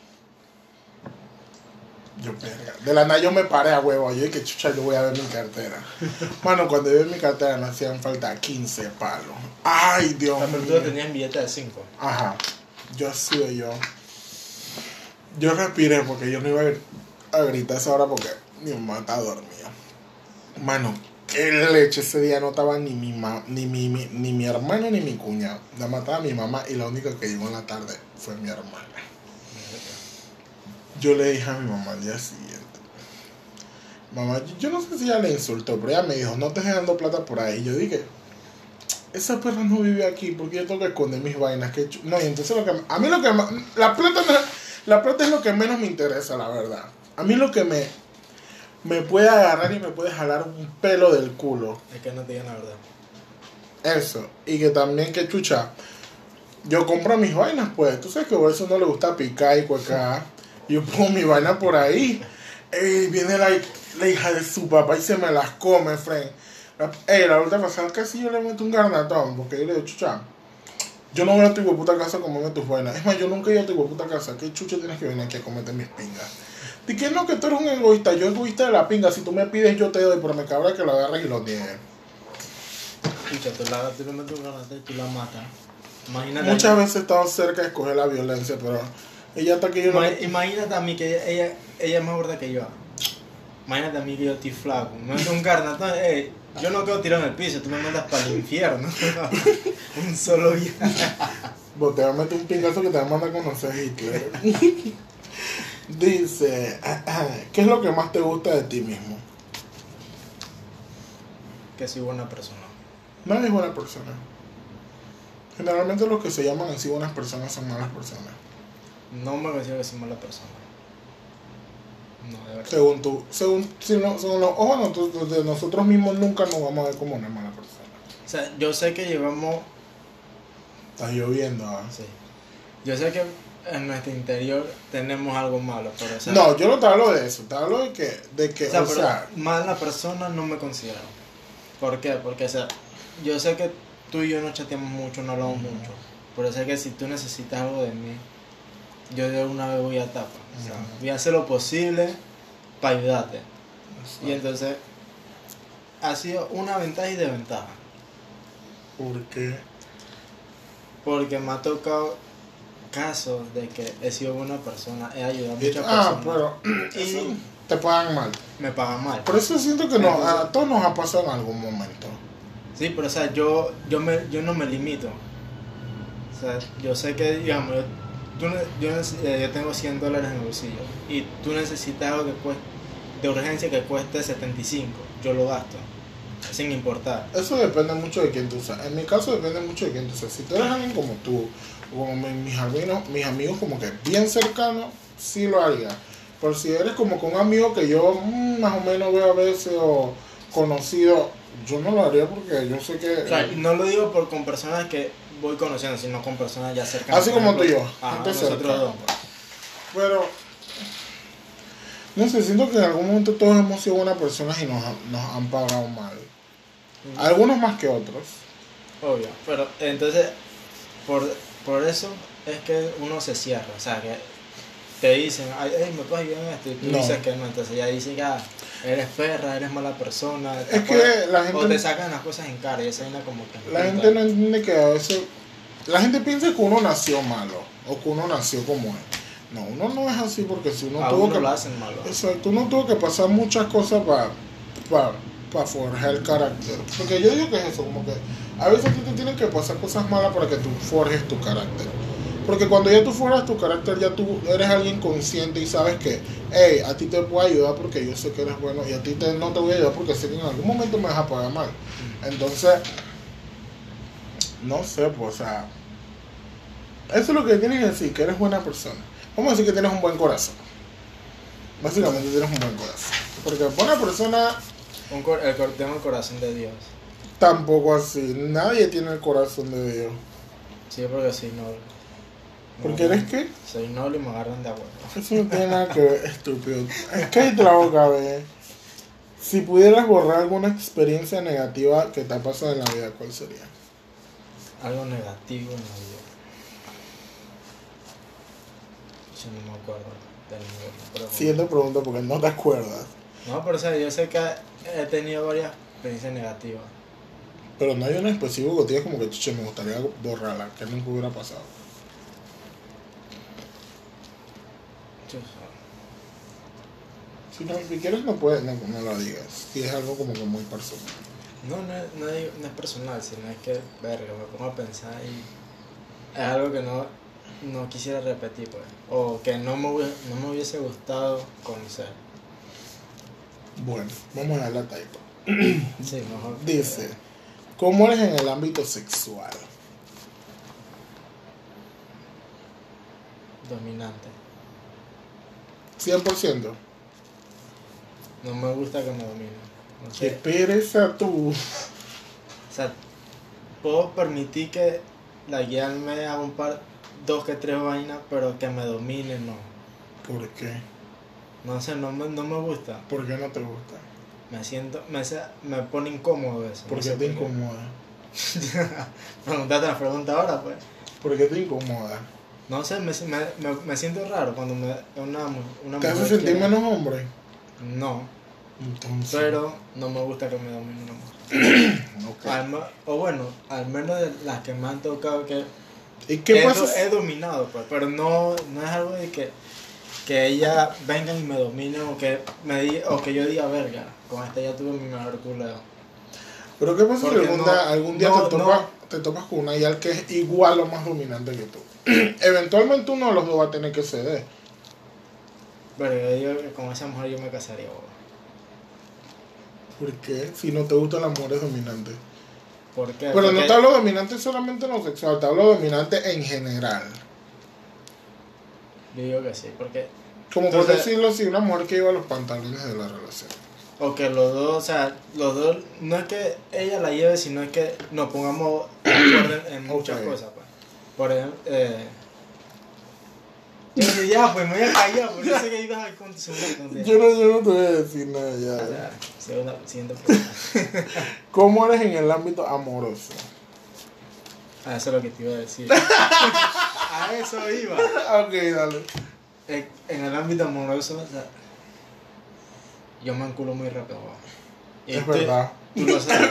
Yo, verga. De la nada yo me paré a huevo. Yo dije, chucha, yo voy a ver mi cartera. Mano, cuando yo vi mi cartera me hacían falta quince palos. Ay, Dios mío. Pero tú tenías billete de cinco. Ajá. Yo así de yo. Yo respiré porque yo no iba a gritar a esa hora porque mi mamá estaba dormida. Mano, qué leche. Ese día no estaba ni mi, ma, ni, mi, mi, ni mi hermano ni mi cuñado. Nada más estaba mi mamá y la única que llegó en la tarde fue mi hermana. Yo le dije a mi mamá al día siguiente. Mamá, yo, yo no sé si ella le insultó, pero ella me dijo, no te estés dando plata por ahí. Yo dije, esa perra no vive aquí porque yo tengo que esconder mis vainas. Que no, y entonces lo que a mí lo que la plata no, la plata es lo que menos me interesa, la verdad. A mí lo que me me puede agarrar y me puede jalar un pelo del culo. Es que no te digan la verdad. Eso. Y que también que chucha, yo compro mis vainas, pues. Tú sabes que a eso no le gusta picar y cuecar. Yo pongo mi vaina por ahí. Y viene la, la hija de su papá y se me las come, friend. Ey, la última pasada casi yo le meto un garnatón. Porque yo le digo, chucha, yo no voy a tu puta casa a comerme tus vainas. Es más, yo nunca he ido a tu puta casa. ¿Qué chucha tienes que venir aquí a comerte mis pingas? ¿Y qué no? Que tú eres un egoísta. Yo egoísta de la pinga. Si tú me pides, yo te doy. Pero me cabra que lo agarres y lo niegues. Escucha, tú, la, tú le metes un granate y tú la matas. Imagínate. Muchas veces he estado cerca de escoger la violencia, pero ella hasta que yo no... Ima, imagínate a mí que ella, ella, ella es más gorda que yo. Imagínate a mí que yo estoy flaco. Me meto un garnatón. Ey, yo no quedo tirado en el piso. Tú me mandas para el infierno. Un solo viaje. Vos te vas a meter un pingazo que te va a mandar a conocer a Hitler. Dice, ¿qué es lo que más te gusta de ti mismo? Que soy buena persona. Nadie es buena persona. Generalmente los que se llaman así buenas personas son malas personas. No me considero que soy mala persona. No, de verdad. Según tú, según, si no, según los ojos de nosotros mismos nunca nos vamos a ver como una mala persona. O sea, yo sé que llevamos... Está lloviendo, ¿ah? Sí. Yo sé que en nuestro interior tenemos algo malo, pero o sea, no, yo no te hablo de eso, te hablo de que, de que o sea, o pero sea, mala persona no me considero. ¿Por qué? Porque, o sea, yo sé que tú y yo no chateamos mucho, no hablamos uh-huh. mucho, pero sé que si tú necesitas algo de mí, yo de una vez voy a tapa. O sea, uh-huh. voy a hacer lo posible para ayudarte. Exacto. Y entonces, ha sido una ventaja y desventaja. ¿Por qué? Porque me ha tocado casos de que he sido buena persona, he ayudado a muchas ah, personas. Pero, y te pagan mal. Me pagan mal. Por eso siento que no, a todos nos ha pasado en algún momento. Sí, pero o sea, yo, yo, me, yo no me limito. O sea, yo sé que, digamos, yo, tú, yo, yo tengo cien dólares en el bolsillo y tú necesitas algo que cueste, de urgencia que cueste setenta y cinco, yo lo gasto. Sin importar. Eso depende mucho de quién tú seas. En mi caso depende mucho de quién tú seas. Si tú eres alguien como tú, o como mis amigos, mis amigos como que bien cercanos, sí lo haría. Pero si eres como con un amigo que yo mmm, más o menos veo a veces o conocido, yo no lo haría porque yo sé que... O sea, no lo digo por con personas que voy conociendo, sino con personas ya cercanas. Así como tú y yo. Ajá, nosotros dos. Pero... no sé, siento que en algún momento todos hemos sido buenas personas y nos, nos han pagado mal. Algunos más que otros. Obvio, pero entonces por, por eso es que uno se cierra, o sea que te dicen, ay, hey, me puedes ayudar en esto y tú no. dices que no, entonces ya dicen, ah, eres perra, eres mala persona, es que puedes, la gente, o te sacan las cosas en cara y esa vaina como que la gente no entiende que a veces la gente piensa que uno nació malo o que uno nació como es. No, uno no es así porque si uno a tuvo uno que lo hacen malo. Exacto, uno tuvo que pasar muchas cosas para para para forjar el carácter. Porque yo digo que es eso, como que a veces tú te tienes que pasar cosas malas para que tú forjes tu carácter. Porque cuando ya tú forjas tu carácter, ya tú eres alguien consciente y sabes que, hey, a ti te puedo ayudar porque yo sé que eres bueno y a ti te, no te voy a ayudar porque sé que en algún momento me vas a pagar mal. Entonces, no sé, pues, o sea, Eso es lo que tienes que decir, que eres buena persona. Vamos a decir que tienes un buen corazón. Básicamente tienes un buen corazón. Porque buena persona... Un cor el cor tengo el corazón de Dios. Tampoco así. Nadie tiene el corazón de Dios. Sí, porque soy noble. ¿Por qué eres qué? Soy noble y me agarran de acuerdo. Eso no tiene nada que ver, estúpido. Es que hay la boca, ve. Si pudieras borrar alguna experiencia negativa que te ha pasado en la vida, ¿cuál sería? Algo negativo en la vida. Yo no me acuerdo de ninguno. Pero Siguiente pregunta porque no te acuerdas. No, pero o sea, yo sé que he tenido varias experiencias negativas. Pero no hay una específica que tienes como que, chuche, me gustaría borrarla, que nunca hubiera pasado. Si, no, si quieres no puedes, no, no lo digas. Si es algo como que muy personal. No, no, es- no, es, no es personal, sino es que, verga, me pongo a pensar y es algo que no, no quisiera repetir, pues. O que no me, hubie- no me hubiese gustado conocer. Bueno, vamos a dar la taipa. Sí, mejor. Dice, ¿cómo eres en el ámbito sexual? Dominante. cien por ciento. No me gusta que me dominen. No Qué sé. pereza tú. O sea, puedo permitir que la guía me haga un par, dos que tres vainas, pero que me domine, no. ¿Por qué? No sé, no me, no me gusta. ¿Por qué no te gusta? Me siento, me, se- me pone incómodo eso. ¿Por no qué sé te por qué. incomoda? Preguntate la pregunta ahora, pues. ¿Por qué te incomoda? No sé, me, me, me, me siento raro cuando me, una, mu- una ¿Te hace mujer sentir quiere- menos hombre? No, Entonces. pero no me gusta que me domine una mujer. Ok. Al me- o bueno, al menos de las que me han tocado que ¿Y qué he, pasa? do- si- he dominado, pues, pero no, no es algo de que, que ella venga y me domine o que, me diga, o que yo diga, verga, con esta ya tuve mi mejor culeo. Pero qué pasa si Porque algún, no- día, algún día no- te, topas, te topas con una yal que es igual o más dominante que tú? Eventualmente uno de los dos va a tener que ceder. Pero yo digo que con esa mujer yo me casaría, boba. ¿Por qué? Si no te gustan las mujeres dominantes. ¿Por qué? Pero no Porque- te hablo dominante solamente en lo sexual, te hablo dominante en general. Yo digo que sí, porque... Como por Entonces- decirlo así, una mujer que lleva los pantalones de la relación. O que los dos, o sea, los dos, no es que ella la lleve, sino es que nos pongamos de acuerdo en, en muchas Ok. cosas, pues. Por ejemplo, eh... Yo dije, ya, pues me voy a callar, porque yo sé que ibas al punto segundo. Yo no, yo no te voy a decir nada ya. Ya, segunda, siguiente pregunta. ¿Cómo eres en el ámbito amoroso? Ah, eso es lo que te iba a decir. A eso iba. Ok, dale. En, en el ámbito amoroso, o sea, yo me enculo muy rápido, guau. Y Es tú- verdad. Tú lo sabes.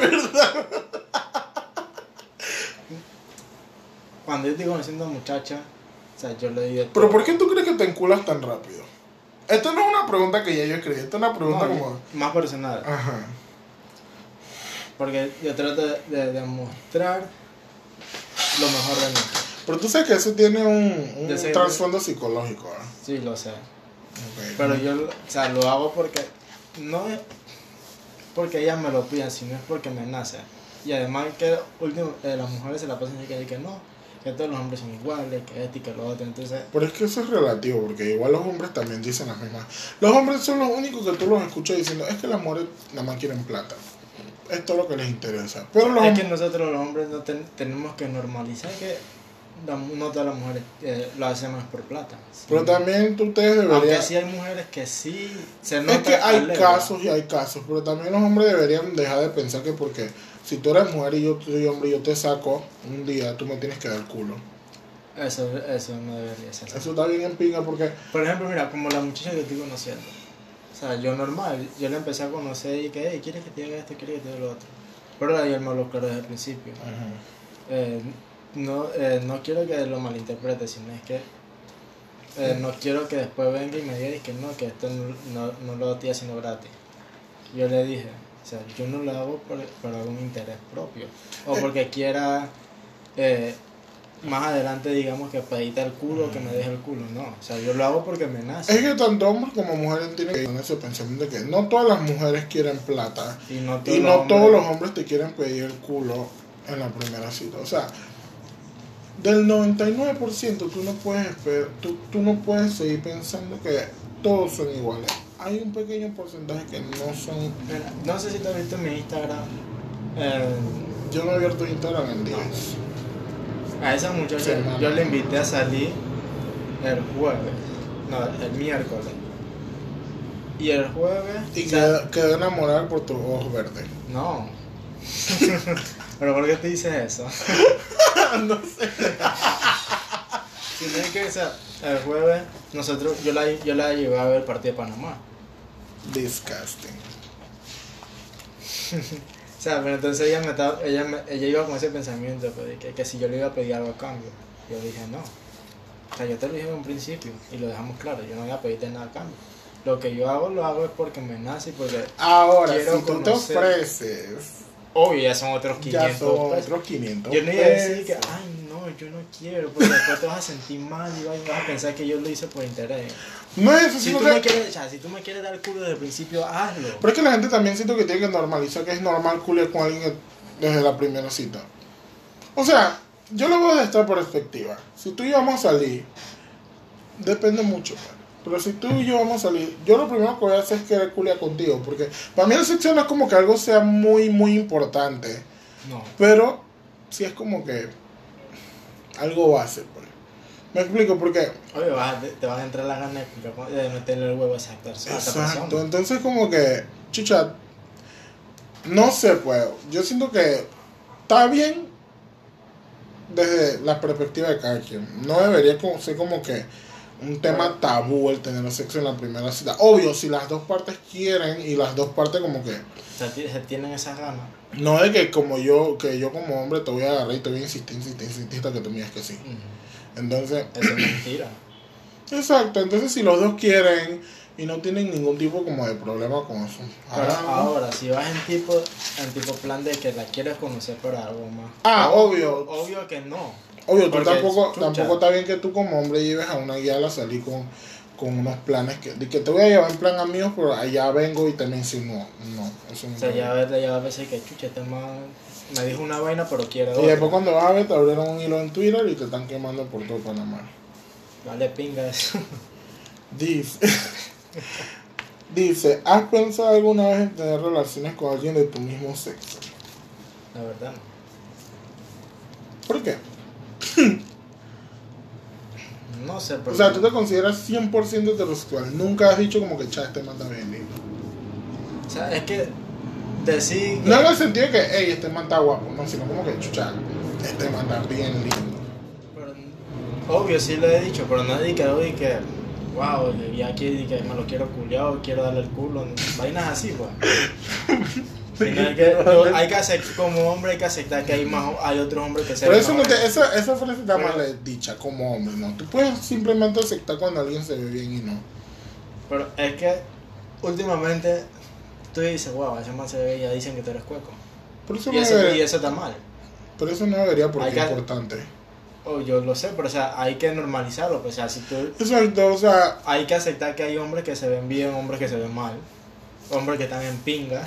Cuando yo estoy conociendo a muchacha, o sea, yo le digo. Pero ¿por qué tú crees que te enculas tan rápido? Esto no es una pregunta que ya yo escribí, esto es una pregunta No, como... más personal. Ajá. Porque yo trato de, de demostrar lo mejor de mí. Pero tú sabes que eso tiene un, un Yo sé- trasfondo psicológico, ¿eh? Sí, lo sé. Ok. Pero yo, o sea, lo hago porque no es porque ellas me lo pidan, sino es porque me nace. Y además que último, eh, las mujeres se la pasan diciendo que, que no, que todos los hombres son iguales, que este y que lo otro. Entonces, Pero es que eso es relativo, porque igual los hombres también dicen las mismas. Los hombres son los únicos que tú los escuchas diciendo, es que las mujeres nada más quieren plata. Es todo lo que les interesa. Pero los es hombres... que nosotros los hombres no ten- tenemos que normalizar que la- no todas las mujeres eh, lo hacemos por plata. ¿sí? Pero también tú ustedes Aunque deberían... sí hay mujeres que sí se nota. Es que hay alegre. casos y hay casos, pero también los hombres deberían dejar de pensar que porque si tú eres mujer y yo soy hombre y yo te saco un día, tú me tienes que dar culo. Eso, eso no debería ser. Eso está bien en pinga porque... Por ejemplo, mira, como la muchacha que estoy conociendo. O sea, yo normal, yo la empecé a conocer y que, hey, ¿quieres que te haga esto? ¿Quieres que te haga lo otro? Pero la yo me lo claro desde el principio. Ajá. Eh, no, eh, no quiero que lo malinterprete, sino es que eh, no quiero que después venga y me diga que no, que esto no, no, no lo estoy haciendo gratis. Yo le dije, o sea, yo no lo hago por, por algún interés propio. O porque quiera eh, más adelante, digamos, que pedirte el culo o que me deje el culo. No, o sea, yo lo hago porque me nace. Es que tanto hombres como mujeres tienen que tener ese pensamiento de que no todas las mujeres quieren plata Y no todos y los no hombres- todos los hombres te quieren pedir el culo en la primera cita. O sea, del noventa y nueve por ciento tú no puedes esper- tú, tú no puedes seguir pensando que todos son iguales. Hay un pequeño porcentaje que no son. Mira, no sé si te has visto en mi Instagram. eh, Yo no he abierto Instagram en días. a esa muchacha Sí, no, yo no. le invité a salir el jueves. No, el miércoles. Y el jueves. Y o sea, quedó, quedó enamorada por tus ojos verdes. no. Pero ¿por qué te dices eso? No sé. Si no es que, o sea, el jueves nosotros, yo la, yo la llevé a ver el partido de Panamá. Disgusting. O sea, pero entonces ella me estaba, ella, me- ella iba con ese pensamiento pues, de que, que si yo le iba a pedir algo a cambio. Yo dije no. O sea, yo te lo dije en un principio y lo dejamos claro, yo no voy a pedirte nada a cambio. Lo que yo hago lo hago es porque me nace y porque Ahora, quiero si tú te conocer- ofreces, obvio ya son otros ya quinientos son pesos. otros quinientos Yo no iba a decir que, pesos. ay no, yo no quiero, porque después te vas a sentir mal y vas vas a pensar que yo lo hice por interés. No es eso, Si sino tú, que- me quieres, o sea, si tú me quieres dar el culo desde el principio, hazlo. Pero es que la gente también siento que tiene que normalizar que es normal culiar con alguien desde la primera cita. O sea, yo lo veo desde esta perspectiva. Si tú y yo vamos a salir, depende mucho. pues. Pero si tú y yo vamos a salir, yo lo primero que voy a hacer es querer culiar contigo. Porque para mí el sexo no es como que algo sea muy, muy importante. No. Pero sí es como que algo base. Pues. Me explico porque... Oye, vas a- te, te van a entrar las ganas de, de meterle el huevo a esa persona. a esa Exacto, persona. entonces como que, chucha, no sé, pues, yo siento que está bien desde la perspectiva de cada quien. No debería como, ser como que un tema tabú el tener sexo en la primera cita. Obvio, si las dos partes quieren y las dos partes como que, O sea, ti- se tienen esas ganas. no de que como yo, que yo como hombre te voy a agarrar y te voy a insistir, insistir, insistir hasta que tú me digas que sí. Ujú. Entonces, Eso es mentira. exacto, entonces si los dos quieren y no tienen ningún tipo como de problema con eso. Pero háganlo. ahora, si vas en tipo, en tipo plan de que la quieres conocer para algo más. Ah, obvio. Obvio que no. Obvio, tú Porque, tampoco, chucha. tampoco está bien que tú como hombre lleves a una guía a salir con, con unos planes que, de que te voy a llevar en plan amigos, pero allá vengo y te me insinúo. No, eso no O sea, está ya bien. ves, ya a veces que chucha, este man me dijo una vaina, pero quiere Y otra. después cuando vas a ver te abrieron un hilo en Twitter y te están quemando por todo Panamá. Vale, pinga eso. Dice, dice, ¿has pensado alguna vez en tener relaciones con alguien de tu mismo sexo? La verdad no. ¿Por qué? No sé, pero. O sea, tú te consideras cien por ciento heterosexual. Nunca has dicho como que, cha, este man está bien lindo. O sea, es que decir. No en el sentido de que, hey, este man está guapo, no, sino como que, chucha, este man está bien lindo. Pero, obvio, sí lo he dicho, pero no es que, oye, que. Wow, ya aquí que me lo quiero culiar, quiero darle el culo. Vainas así, pues. Sino hay que, no, hay que aceptar, como hombre, hay que aceptar que hay más hay otros hombres que se Pero ven eso no mejores. te, esa, esa frase está Pero- mal dicha como hombre, ¿no? Tú puedes simplemente aceptar cuando alguien se ve bien y no. Pero es que últimamente tú dices, wow, ese man se ve y ya dicen que tú eres cueco. Pero eso Y no eso, y debería, eso está mal. pero eso no debería porque Hay es que- importante. Oh, yo lo sé, pero o sea, hay que normalizarlo. Pues, o sea, si tú, Exacto, o sea, hay que aceptar que hay hombres que se ven bien, hombres que se ven mal, hombres que están en pinga.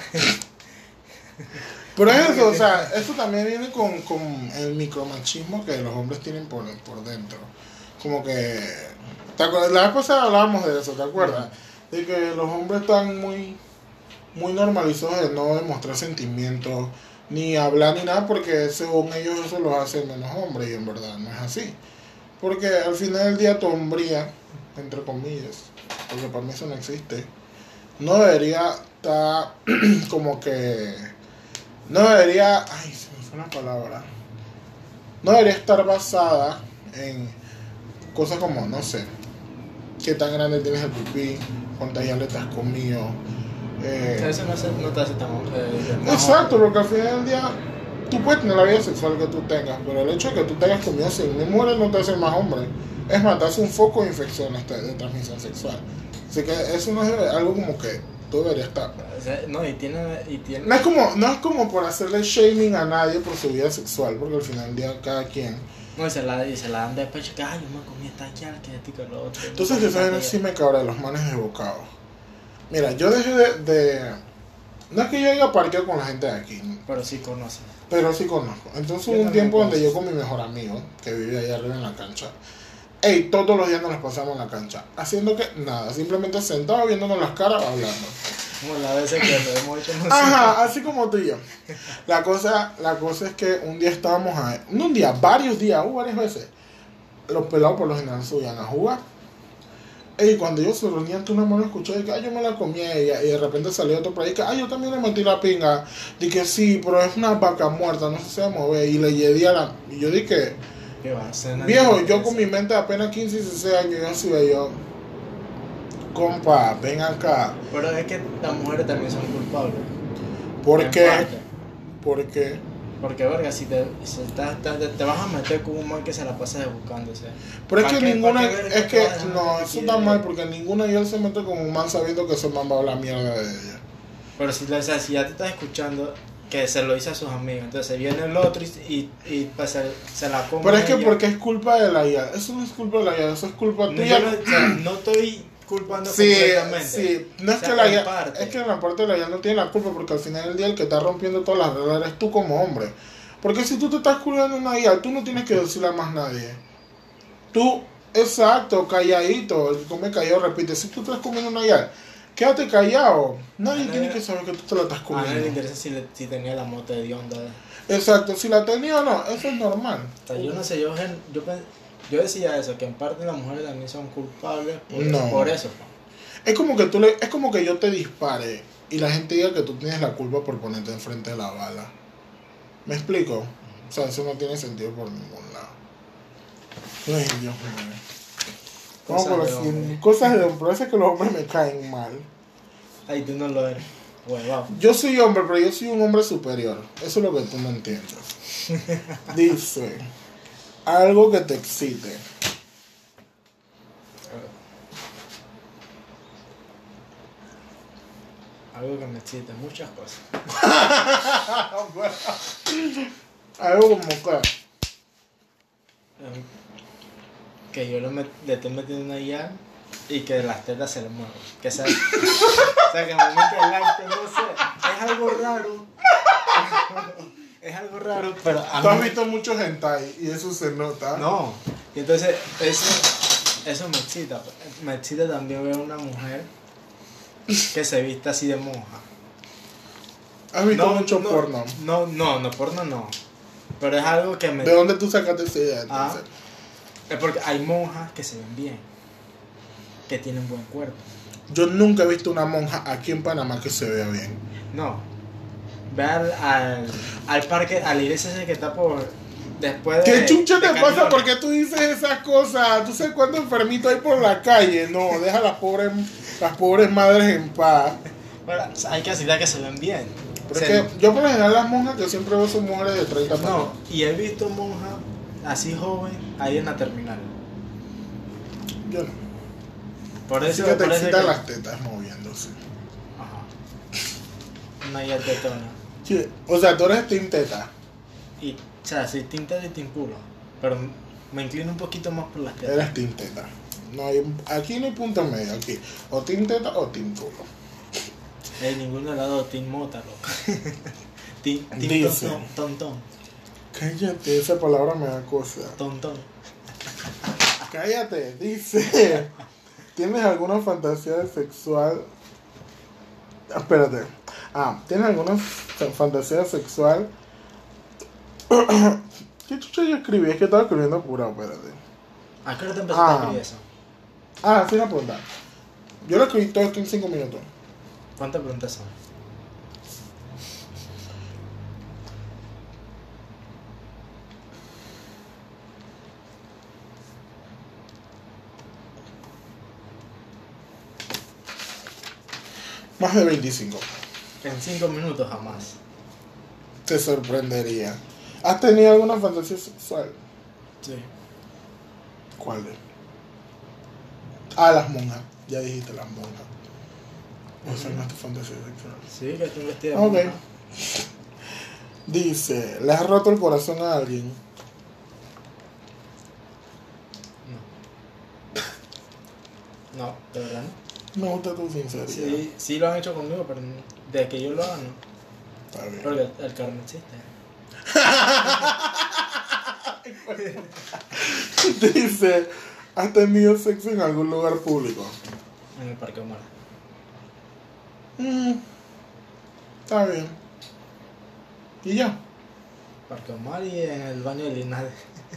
pero es eso, o sea, eso también viene con, con el micromachismo que los hombres tienen por, por dentro. Como que, ¿te acuerdas? La vez pasada hablábamos de eso, ¿te acuerdas? De que los hombres están muy, muy normalizados de no demostrar sentimientos, ni hablar ni nada, porque según ellos eso los hace menos hombres, y en verdad no es así. Porque al final del día tu hombría, entre comillas, porque para mí eso no existe, no debería estar como que, no debería, ay, se me fue una palabra, no debería estar basada en cosas como, no sé, qué tan grande tienes el pipí, cuántas ya le estás comido. Eh, Eso no, hace- no te hace tan. Eh, más exacto, hombre. porque al final del día tú puedes tener la vida sexual que tú tengas, pero el hecho de que tú te hayas comido sin mil mujeres no te hace más hombre. Es más, te hace un foco de infecciones de transmisión sexual. Así que eso no es algo como que tú deberías estar. O sea, no, y tiene. Y tiene No es como, no es como por hacerle shaming a nadie por su vida sexual, porque al final del día cada quien. no, y se la, y se la dan de pecho que, ay, yo me comí esta ya, que esto y que lo otro. Entonces, que saben, sí me cabra los manes de bocado. Mira, yo dejé de, de, No es que yo haya parqueado con la gente de aquí, ¿no? Pero sí conoces. Pero sí conozco. Entonces Yo hubo un también tiempo donde yo conozco. con mi mejor amigo, que vivía allá arriba en la cancha, ey, todos los días nos las pasamos en la cancha, haciendo que nada, simplemente sentados viéndonos las caras hablando. Como las veces que lo hemos hecho nosotros. Ajá, así como tú y yo. La cosa, la cosa es que un día estábamos ahí, no un día, varios días, hubo varias veces. Los pelados por lo general subían a jugar. Y cuando ellos se reunían, tú una mano escuchó y que, ah, yo me la comí a ella. Y de repente salió otro por ahí que, ah, yo también le metí la pinga. Dije, sí, pero es una vaca muerta, no sé si se va a mover. Y le llegué a la. Y yo dije, ¿Qué va a hacer? viejo, yo con mi mente de apenas quince y dieciséis años, yo así ve yo. Compa, ven acá. Pero es que las mujeres también son culpables. ¿Por En qué? parte. ¿Por qué? Porque, verga, si te, si estás- te, te vas a meter con un man que se la pasa buscándose. Pero es ¿Pa' que qué- ninguna, pa' qué verga es te que, vas a dejar no, meter eso aquí está de- mal porque ninguna de ellos se mete con un man sabiendo que ese man va a hablar mierda de ella. Pero si, o sea, si ya te estás escuchando que se lo dice a sus amigos, entonces viene el otro y, y, y pues, se, se la come. Pero es que ella. porque es culpa de la I A, eso no es culpa de la I A, eso es culpa No, tuya. yo no, o sea, no estoy culpando Sí, completamente. sí, no es O sea, que la en I A, parte. es que en la parte de la I A no tiene la culpa porque al final del día el que está rompiendo todas las reglas eres tú como hombre. Porque si tú te estás cuidando una I A, tú no tienes que decirle a más nadie. Tú, exacto, calladito, el que come callado repite, si tú estás comiendo una I A, quédate callado. Nadie A nadie- tiene que saber que tú te la estás A nadie le comiendo. interesa si, le- si tenía la moto de onda. Exacto, si la tenía o no, eso es normal. O sea, yo no sé, yo, gen- yo, pen- yo decía eso, que en parte las mujeres también son culpables por, No. por eso. Es como que tú le, es como que yo te dispare y la gente diga que tú tienes la culpa por ponerte enfrente de la bala. ¿Me explico? O sea, eso no tiene sentido por ningún lado. Ay, Dios mío. Vamos Cosas por de las hombre. cosas de hombre, parece que los hombres me caen mal. Ay, tú no lo eres. Huevado. Yo soy hombre, pero yo soy un hombre superior. Eso es lo que tú no entiendes. Dice, algo que te excite. Algo que me excita, muchas cosas. Algo como que... Em, Que yo le, met- le esté metiendo una I A y que las tetas se le muevan. Que sea, o sea, que en el momento del acto, no sé, es algo raro. Es algo raro, pero a Tú has mí... visto muchos hentai y eso se nota. No, y entonces eso, eso me excita. Me excita también ver a una mujer que se vista así de monja. ¿Has visto No, mucho no, porno? No, no, no, porno no. Pero es algo que me... ¿De dónde tú sacaste esa idea Ah, entonces? es porque hay monjas que se ven bien, que tienen buen cuerpo. Yo nunca he visto una monja aquí en Panamá que se vea bien. No, ve al, al, al parque, a la iglesia esa que está por... Después de... ¿Qué chucha te de pasa? Cañones. Porque tú dices esas cosas. ¿Tú sabes cuántos enfermitos hay por la calle? No, deja a las pobres, las pobres madres en paz. Bueno, hay que aceptar que se ven bien. Pero Se- es que yo por lo general las monjas que siempre veo son mujeres de treinta para No, arriba. y he visto monjas así joven ahí en la terminal. Yo no. Por Así eso que te parece excitan que... las tetas moviéndose. Ajá. Una ya tetona. Sí, o sea, tú eres team teta. Y, o sea, sí, tinta de timpuro. Pero me inclino un poquito más por las tetas. Eres team teta. No hay, aquí no hay punto medio. Aquí o team teta o team culo. En ninguno lado Team Mota, loco. Team, team Dice. Tontón, Tontón, Cállate, esa palabra me da cosa. Tontón. Cállate, dice. ¿Tienes alguna fantasía sexual? Ah, espérate. Ah, ¿tienes alguna f- fantasía sexual? ¿Qué chucha yo escribí? Es que estaba escribiendo apurado, espérate. ¿A qué hora te empezaste Ah. a escribir eso? Ah, sí, una pregunta. Yo lo escribí todo esto en cinco minutos. ¿Cuántas preguntas son? Más de veinticinco. En cinco minutos jamás. Te sorprendería. ¿Has tenido alguna fantasía sexual? Sí. ¿Cuál es? Ah, las monjas. Ya dijiste las monjas. O sea, no es tu fantasía sexual. Sí, que tú vestida de Ok. monja. Dice, ¿le has roto el corazón a alguien? No. No, de verdad no. Me gusta tu sinceridad. Sí, sí lo han hecho conmigo, pero de que yo lo haga, no. Está bien. Porque el carro no existe. Dice, ¿has tenido sexo en algún lugar público? En el Parque Omar. Mm, está bien. ¿Y ya? Parque Omar y en el baño de Linares.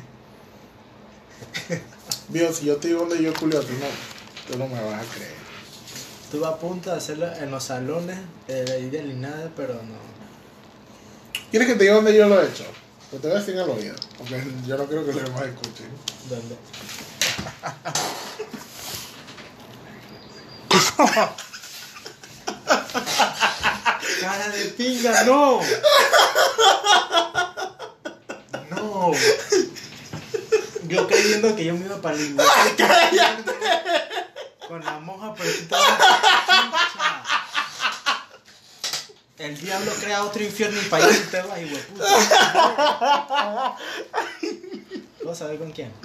Dios, si yo te digo donde yo culio, tú no, tú no me vas a creer. Estuve a punto de hacerlo en los salones de ahí de Linares, pero no. ¿Quieres que te diga dónde yo lo he hecho? Pues te voy a decir en el oído, porque yo no quiero que los demás escuchen. ¿Dónde? ¡Cara de pinga, no! ¡No! Yo creyendo que yo me iba para el inglés. Con la monja, pero tú estabas chucha. El diablo crea otro infierno y para allá te vas, hijo de puta. ¿Vas a ver con quién?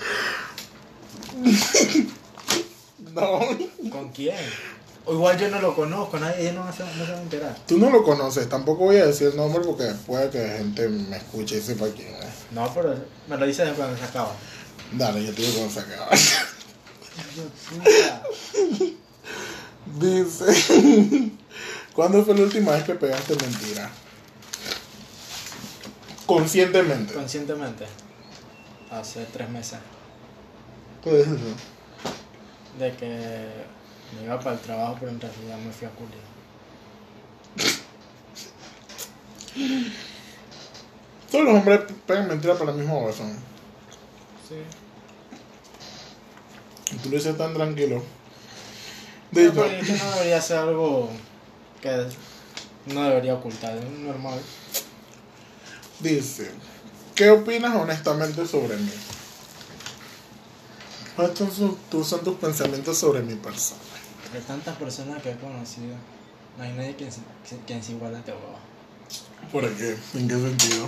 No. ¿Con quién? O igual yo no lo conozco, nadie, ella no se, no se va a enterar. Tú no lo conoces, tampoco voy a decir el nombre porque puede que la gente me escuche y sepa quién es. No, pero me lo dices cuando se acaba. Dale, yo te digo cuando se acaba. Puta. Dice, ¿cuándo fue la última vez que pegaste mentira? Conscientemente. Conscientemente. Hace tres meses. ¿Qué es eso? De que me iba para el trabajo, pero en realidad me fui a culiar. Todos los hombres pegan mentiras por la misma razón. Sí. Y tú lo dices tan tranquilo. No, Dice, porque es que no debería ser algo que no debería ocultar, es normal. dice, ¿qué opinas honestamente sobre mí? ¿Cuáles son, sus- tus- son tus pensamientos sobre mi persona? De tantas personas que he conocido, no hay nadie quien, se- quien se iguala a este huevo. ¿Por qué? ¿En qué sentido?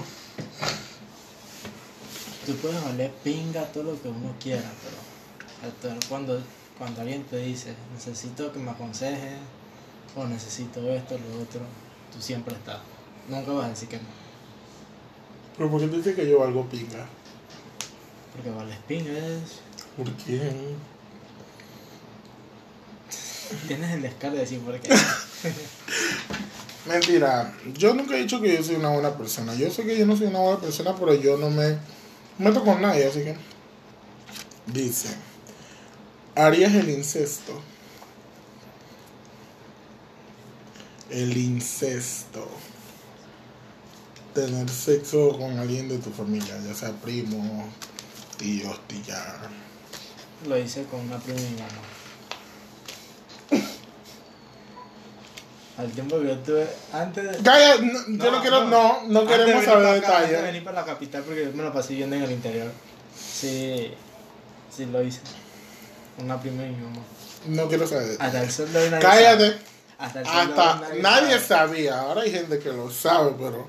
Tú puedes valer pinga todo lo que uno quiera, pero hasta cuando, cuando alguien te dice, necesito que me aconsejes, o necesito esto, lo otro, tú siempre estás. Nunca vas a decir que no, ¿Pero por qué te dices que yo valgo pinga? porque vales pinga es... ¿Por qué? Tienes el descaro de decir por qué. Mentira, yo nunca he dicho que yo soy una buena persona. Yo sé que yo no soy una buena persona, pero yo no me meto con nadie, así que... Dice, ¿harías el incesto? El incesto. Tener sexo con alguien de tu familia, ya sea primo, tíos, tía. Lo hice con una prima de mi mamá. Al tiempo que yo tuve, antes de... Calla, no, yo no quiero, no, no Antes de queremos venir saber para acá, Antes de detalles. venir para la capital, porque yo me la pasé viviendo en el interior. Sí, sí lo hice. Una prima de mi mamá. No quiero saber detalles. Hasta el sol de hoy nadie Cállate. sabe. Hasta el sol de hoy Hasta nadie sabía, ahora hay gente que lo sabe, pero...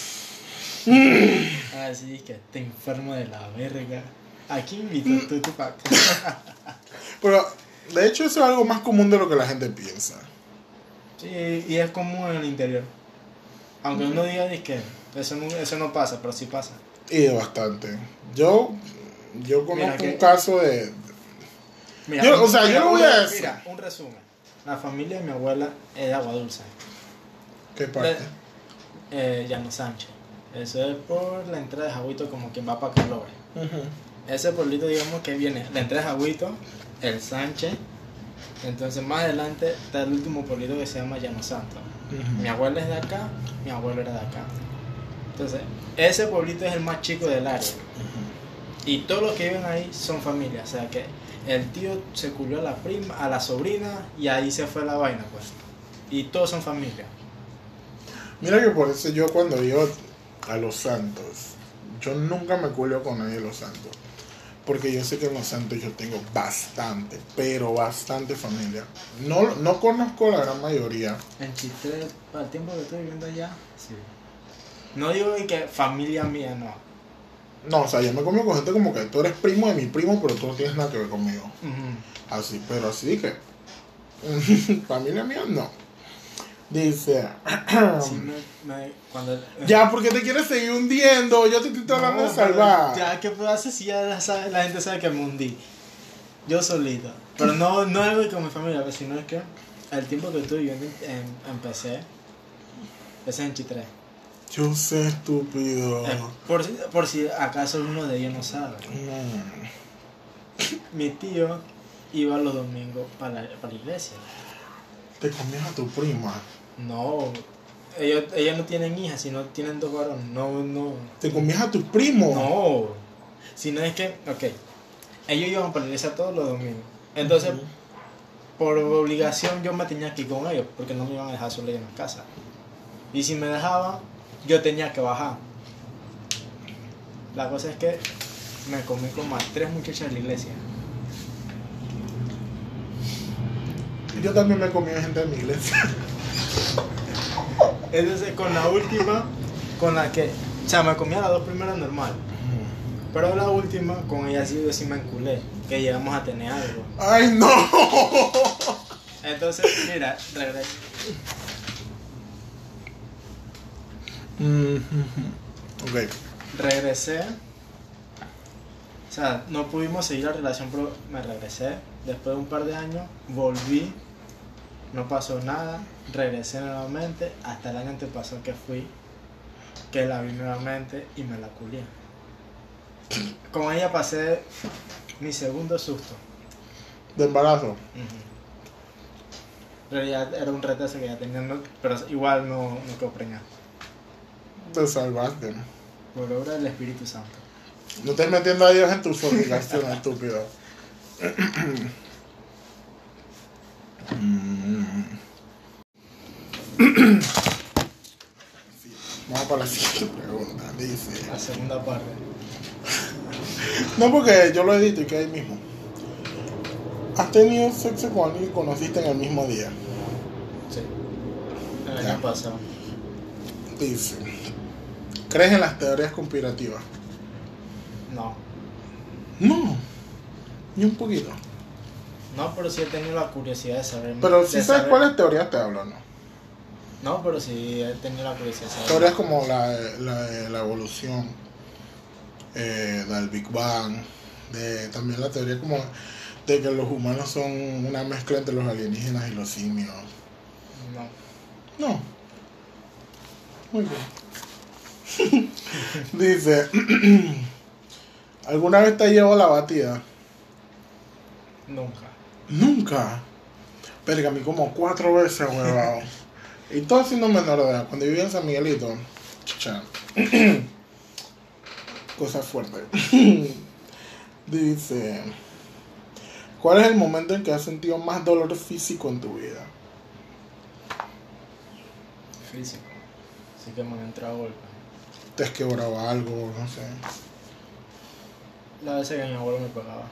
Ah, sí, que te enfermo de la verga. ¿A quién invitas tú, Tupac? Pero, de hecho, eso es algo más común de lo que la gente piensa. Sí, y es común en el interior. Aunque uno diga que eso no, eso no pasa, pero sí pasa. Y bastante. Yo, yo Mira conozco que- un caso de... Mira, Yo- o sea, mira, yo lo voy un- a decir. Mira, un resumen. La familia de mi abuela es de Agua Dulce. ¿Qué parte? Eh, Llano Sánchez. Eso es por la entrada de Jaguito, como quien va para Carlos. Ujú. Ese pueblito, digamos que viene la entrada de Jaguito, el Sánchez. Entonces, más adelante está el último pueblito que se llama Llano Santo. Ujú. Mi abuela es de acá, mi abuelo era de acá. Entonces, ese pueblito es el más chico del área. Y todos los que viven ahí son familia. O sea que el tío se culió a la prima, a la sobrina, y ahí se fue la vaina, pues. Y todos son familia. Mira que por eso yo cuando iba a Los Santos, yo nunca me cuelgo con nadie de Los Santos. Porque yo sé que en Los Santos yo tengo bastante, pero bastante familia. No, no conozco la gran mayoría. En Chitré, para el tiempo que estoy viviendo allá, sí. No digo de que familia mía, no. No, o sea, yo me comí con gente como que tú eres primo de mi primo, pero tú no tienes nada que ver conmigo. Ujú. Así, pero así que Familia mía, no. Dice. Sí, me, me, cuando, Ya, porque te quieres seguir hundiendo. Yo te estoy tratando no, de salvar. Ya, ¿qué puedo hacer si ya la, sabe, la gente sabe que me hundí? Yo solito. Pero no, no es algo con mi familia, sino es que el tiempo que estuve viviendo en, en, en P C, es en Chitré. Yo sé, estúpido. Eh, por, si, por si acaso uno de ellos no sabe. No. Mi tío iba los domingos para la, para la iglesia. Te comías a tu prima. No, ellos, ellos no tienen hijas, sino tienen dos varones. No, no. Te comías a tus primos. No. Sino es que, ok, ellos iban para la iglesia todos los domingos. Entonces, uh-huh. por obligación yo me tenía que ir con ellos, porque no me iban a dejar solo en la casa. Y si me dejaban, yo tenía que bajar. La cosa es que me comí con más tres muchachas de la iglesia. Yo también me comí a gente de mi iglesia. Entonces con la última, con la que, o sea, me comía las dos primeras normal. Pero la última, con ella sí, yo sí me enculé, que llegamos a tener algo. ¡Ay, no! Entonces, mira, regresé. Mm-hmm. Ok. Regresé. O sea, no pudimos seguir la relación, pero me regresé. Después de un par de años, volví. No pasó nada. Regresé nuevamente. Hasta el año antepasado que fui, que la vi nuevamente y me la culié. Con ella pasé mi segundo susto. ¿De embarazo? Uh-huh. En realidad era un retraso que ya tenía, no, pero igual no, no quedó preñado. Te salvaste. Por obra del Espíritu Santo. No estés metiendo a Dios en tus fornicaciones, estúpido. Vamos para la siguiente pregunta. Dice. La segunda parte. No, porque yo lo edito y queda ahí mismo. ¿Has tenido sexo con alguien que conociste en el mismo día? Sí. El Ya. año pasado. Dice. ¿Crees en las teorías conspirativas? No. No. Ni un poquito. No, pero sí he tenido la curiosidad de saber. Pero si de sabes saber... cuáles teorías te hablo, ¿no? No, pero sí he tenido la curiosidad de saber. Teorías como la, la, la evolución, eh, del Big Bang, de, también la teoría como de que los humanos son una mezcla entre los alienígenas y los simios. No. No. Muy bien. Dice, ¿alguna vez te llevó la batida? Nunca. Nunca. Pero a mí como cuatro veces, huevado. Y todo siendo menor de edad. Cuando vivía en San Miguelito, chucha. Cosa fuerte. Dice, ¿cuál es el momento en que has sentido más dolor físico en tu vida? Físico. Así que me han entrado golpes. ¿Te has quebrado algo? No sé. La vez que mi abuelo me pegaba.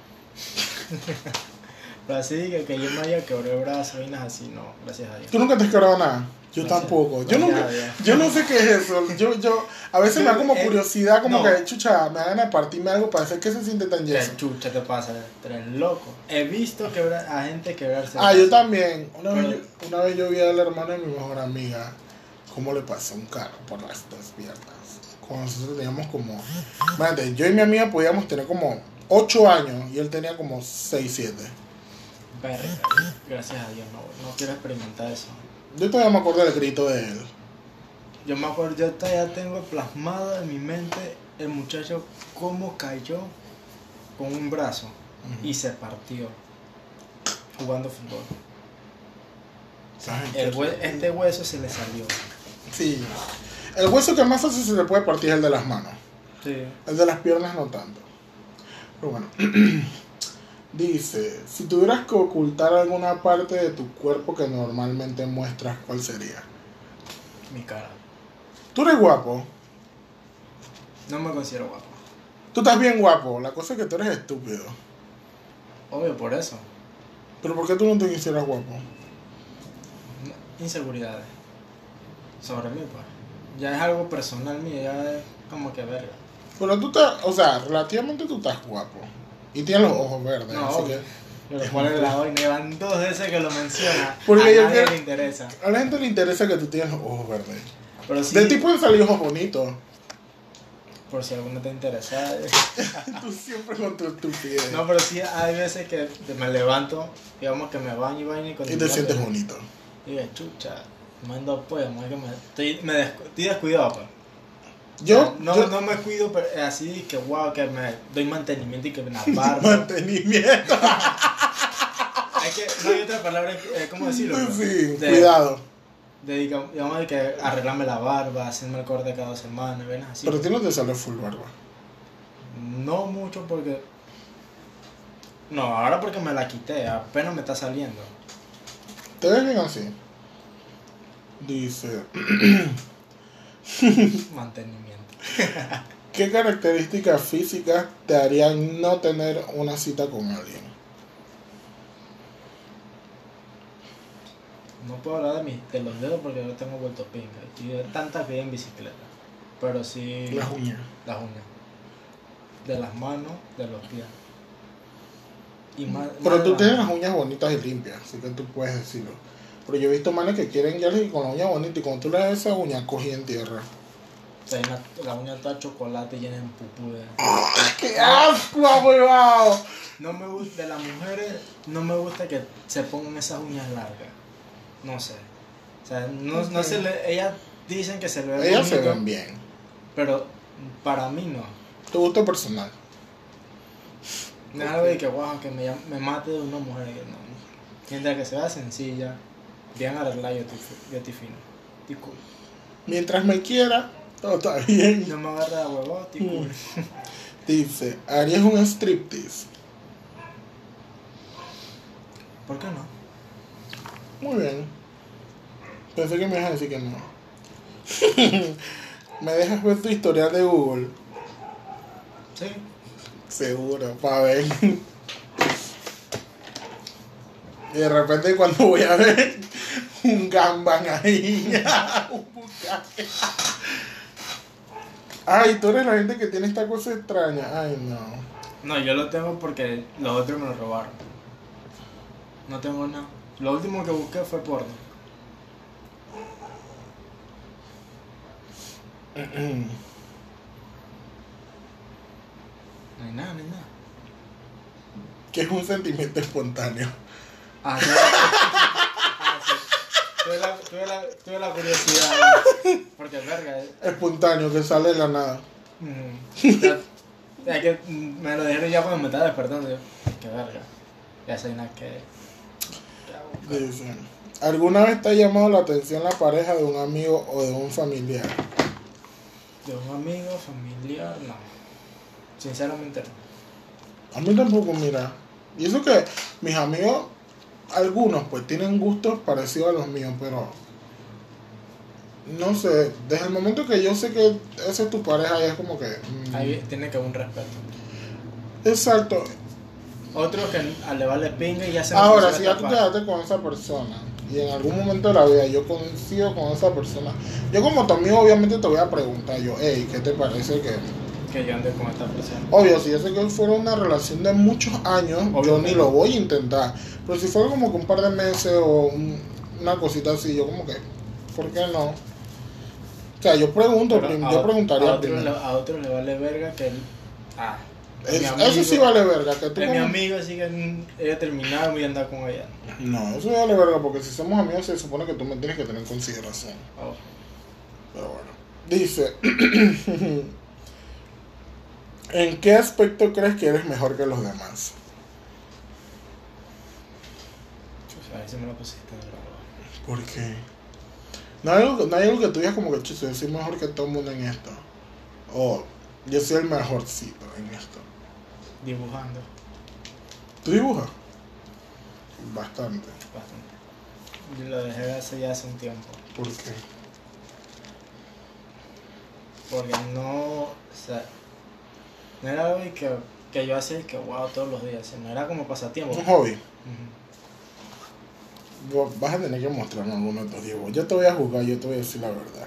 Pero así que, que yo me haya quebrado el brazo, vainas así, no, gracias a Dios. ¿Tú nunca te has quebrado nada? Yo Gracias. tampoco. Yo No, nunca, ya, ya. yo no sé qué es eso. Yo, yo, a veces me da como Eh, curiosidad, como no. que, chucha, me da ganas de partirme algo para saber qué se siente tan yeso. ¿Qué chucha te pasa? Tú eres loco. He visto quebrar, a gente quebrarse. Ah, yo también. Una Pero- vez, yo- una vez yo vi al hermano de mi mejor amiga cómo le pasó un carro por las dos piernas. Cuando nosotros teníamos como... Imagínate, yo y mi amiga podíamos tener como ocho años y él tenía como seis, siete. Verga, gracias a Dios, no, no quiero experimentar eso. Yo todavía me acuerdo del grito de él. Yo me acuerdo, yo todavía tengo plasmado en mi mente el muchacho cómo cayó con un brazo Ujú. y se partió jugando fútbol. Ay, El qué hue- rico. este hueso se le salió. Sí. El hueso que más fácil se le puede partir es el de las manos. Sí. El de las piernas no tanto. Pero bueno. Dice, si tuvieras que ocultar alguna parte de tu cuerpo que normalmente muestras, ¿cuál sería? Mi cara. Tú eres guapo. No me considero guapo. Tú estás bien guapo. La cosa es que tú eres estúpido. Obvio, por eso. Pero ¿por qué tú no te quisieras guapo? Inseguridades. Sobre mí, pues. Ya es algo personal mío, ya es como que verga. Pero tú estás, o sea, relativamente tú estás guapo. Y tienes los ojos verdes. No, así obvio. que Me lo pone en la vaina y van dos veces que lo menciona. Porque a yo nadie quiero- le interesa. A la gente le interesa que tú tienes los ojos verdes. Pero sí, De ti pueden salir ojos bonitos. por si alguno te interesa. eh. Tú siempre con tu estupidez. No, pero sí hay veces que me levanto, digamos que me baño y baño y cuando Y te me sientes levanto, bonito. y digo, chucha, mando pues, más que me, estoy, me descu- estoy descuidado, pues. Yo, no, yo no me cuido pero así que wow, que me doy mantenimiento y que me barba. mantenimiento. Hay que, no hay otra palabra, eh, ¿cómo decirlo? bro? Sí, De- cuidado. de, digamos, digamos de que arreglarme la barba, hacerme el corte cada dos semanas, ¿ven? Así. Pero a ti no te sale full barba. No mucho porque... No, ahora porque me la quité, apenas me está saliendo. ¿Te ves bien así? Dice, Mantenimiento. ¿qué características físicas te harían no tener una cita con alguien? No puedo hablar de, mis, de los dedos porque yo tengo vuelto pinga. Y de tantas que hay en bicicleta. Pero sí... Las uñas. Las uñas. De las manos, de los pies. Y más, Pero más tú de tienes las- las uñas bonitas y limpias, así que tú puedes decirlo. Pero yo he visto manes que quieren ya con la uña bonita y cuando tú le das esa uña, cogí en tierra. O sea, una- la uña toda chocolate llena de pupú. de- ¡Qué asco, abuelo! No me gusta, de las mujeres, no me gusta que se pongan esas uñas largas. No sé. O sea, no, no se le, ellas dicen que se le ve Ellas se bonito, ven bien. pero para mí no. Tu gusto personal. No es algo de que, wow, que me, llam- me mate de una mujer. Que no. Mientras que se vea sencilla, bien arreglada, yo estoy, fi- yo estoy fino. Estoy cool. Mientras me quiera, todo está bien. No me agarra de huevo, estoy cool. Dice, ¿harías un striptease? ¿Por qué no? Muy bien. Pensé que me ibas a decir que no. ¿Me dejas ver tu historial de Google? Sí. Seguro, para ver. Y de repente cuando voy a ver un gangbang ahí. Un bucaque. Ay, tú eres la gente que tiene esta cosa extraña. Ay, no. No, yo lo tengo porque los otros me lo robaron. No tengo nada. Lo último que busqué fue porno. No hay nada, no hay nada. Que es un sentimiento espontáneo. Ah, sí. Ah, sí. Tuve la, tuve la, tuve la curiosidad. Porque, verga, eh. Espontáneo, que sale de la nada. Mm, ya- ya que mm, me lo dijeron ya cuando me estaba despertando. Yo, qué verga. Ya sé nada que. que hago. Dice, ¿alguna vez te ha llamado la atención la pareja de un amigo o de un familiar? De un amigo, familiar, no. Sinceramente no. A mí tampoco, mira. Y eso que mis amigos, algunos pues tienen gustos parecidos a los míos, pero no sé, desde el momento que yo sé que esa es tu pareja, ya es como que... mm, Ahí tiene que haber un respeto. exacto. Otros que a le vale pinga y ya se Ahora, pusieron si a ya tú tapar. quedaste con esa persona y en algún momento de la vida yo coincido con esa persona, yo como tu amigo obviamente te voy a preguntar yo, hey, ¿qué te parece que...? Que yo ande con esta persona. Obvio, si yo sé que fuera una relación de muchos años, yo Obviamente. ni lo voy a intentar. Pero si fuera como que un par de meses o un- una cosita así, yo como que, ¿por qué no? O sea, yo pregunto, Pero prim- a, yo preguntaría a otro, le, primero. a otro le vale verga que él. Ah. Es- mi eso amigo- sí vale verga, que tú Es mi como- amigo, así que mm, ella terminaron y andar con ella. No, eso sí vale verga, porque si somos amigos se supone que tú me tienes que tener en consideración. Oh. Pero bueno. Dice, ¿en qué aspecto crees que eres mejor que los demás? Chus, ahí se me lo pusiste de bravo. ¿Por qué? No hay, algo, no hay algo que tú digas como que "Chuzo, yo soy mejor que todo el mundo en esto. O yo soy el mejorcito en esto. Dibujando ¿Tú dibujas? Bastante. bastante. Yo lo dejé de hacer ya hace un tiempo. ¿Por qué? Porque no. O sea. No era algo que, que yo hacía y que wow todos los días. Sino era como pasatiempo. Un hobby. Ujú. Vos vas a tener que mostrarme alguno de tus dibujos. Yo te voy a juzgar, yo te voy a decir la verdad.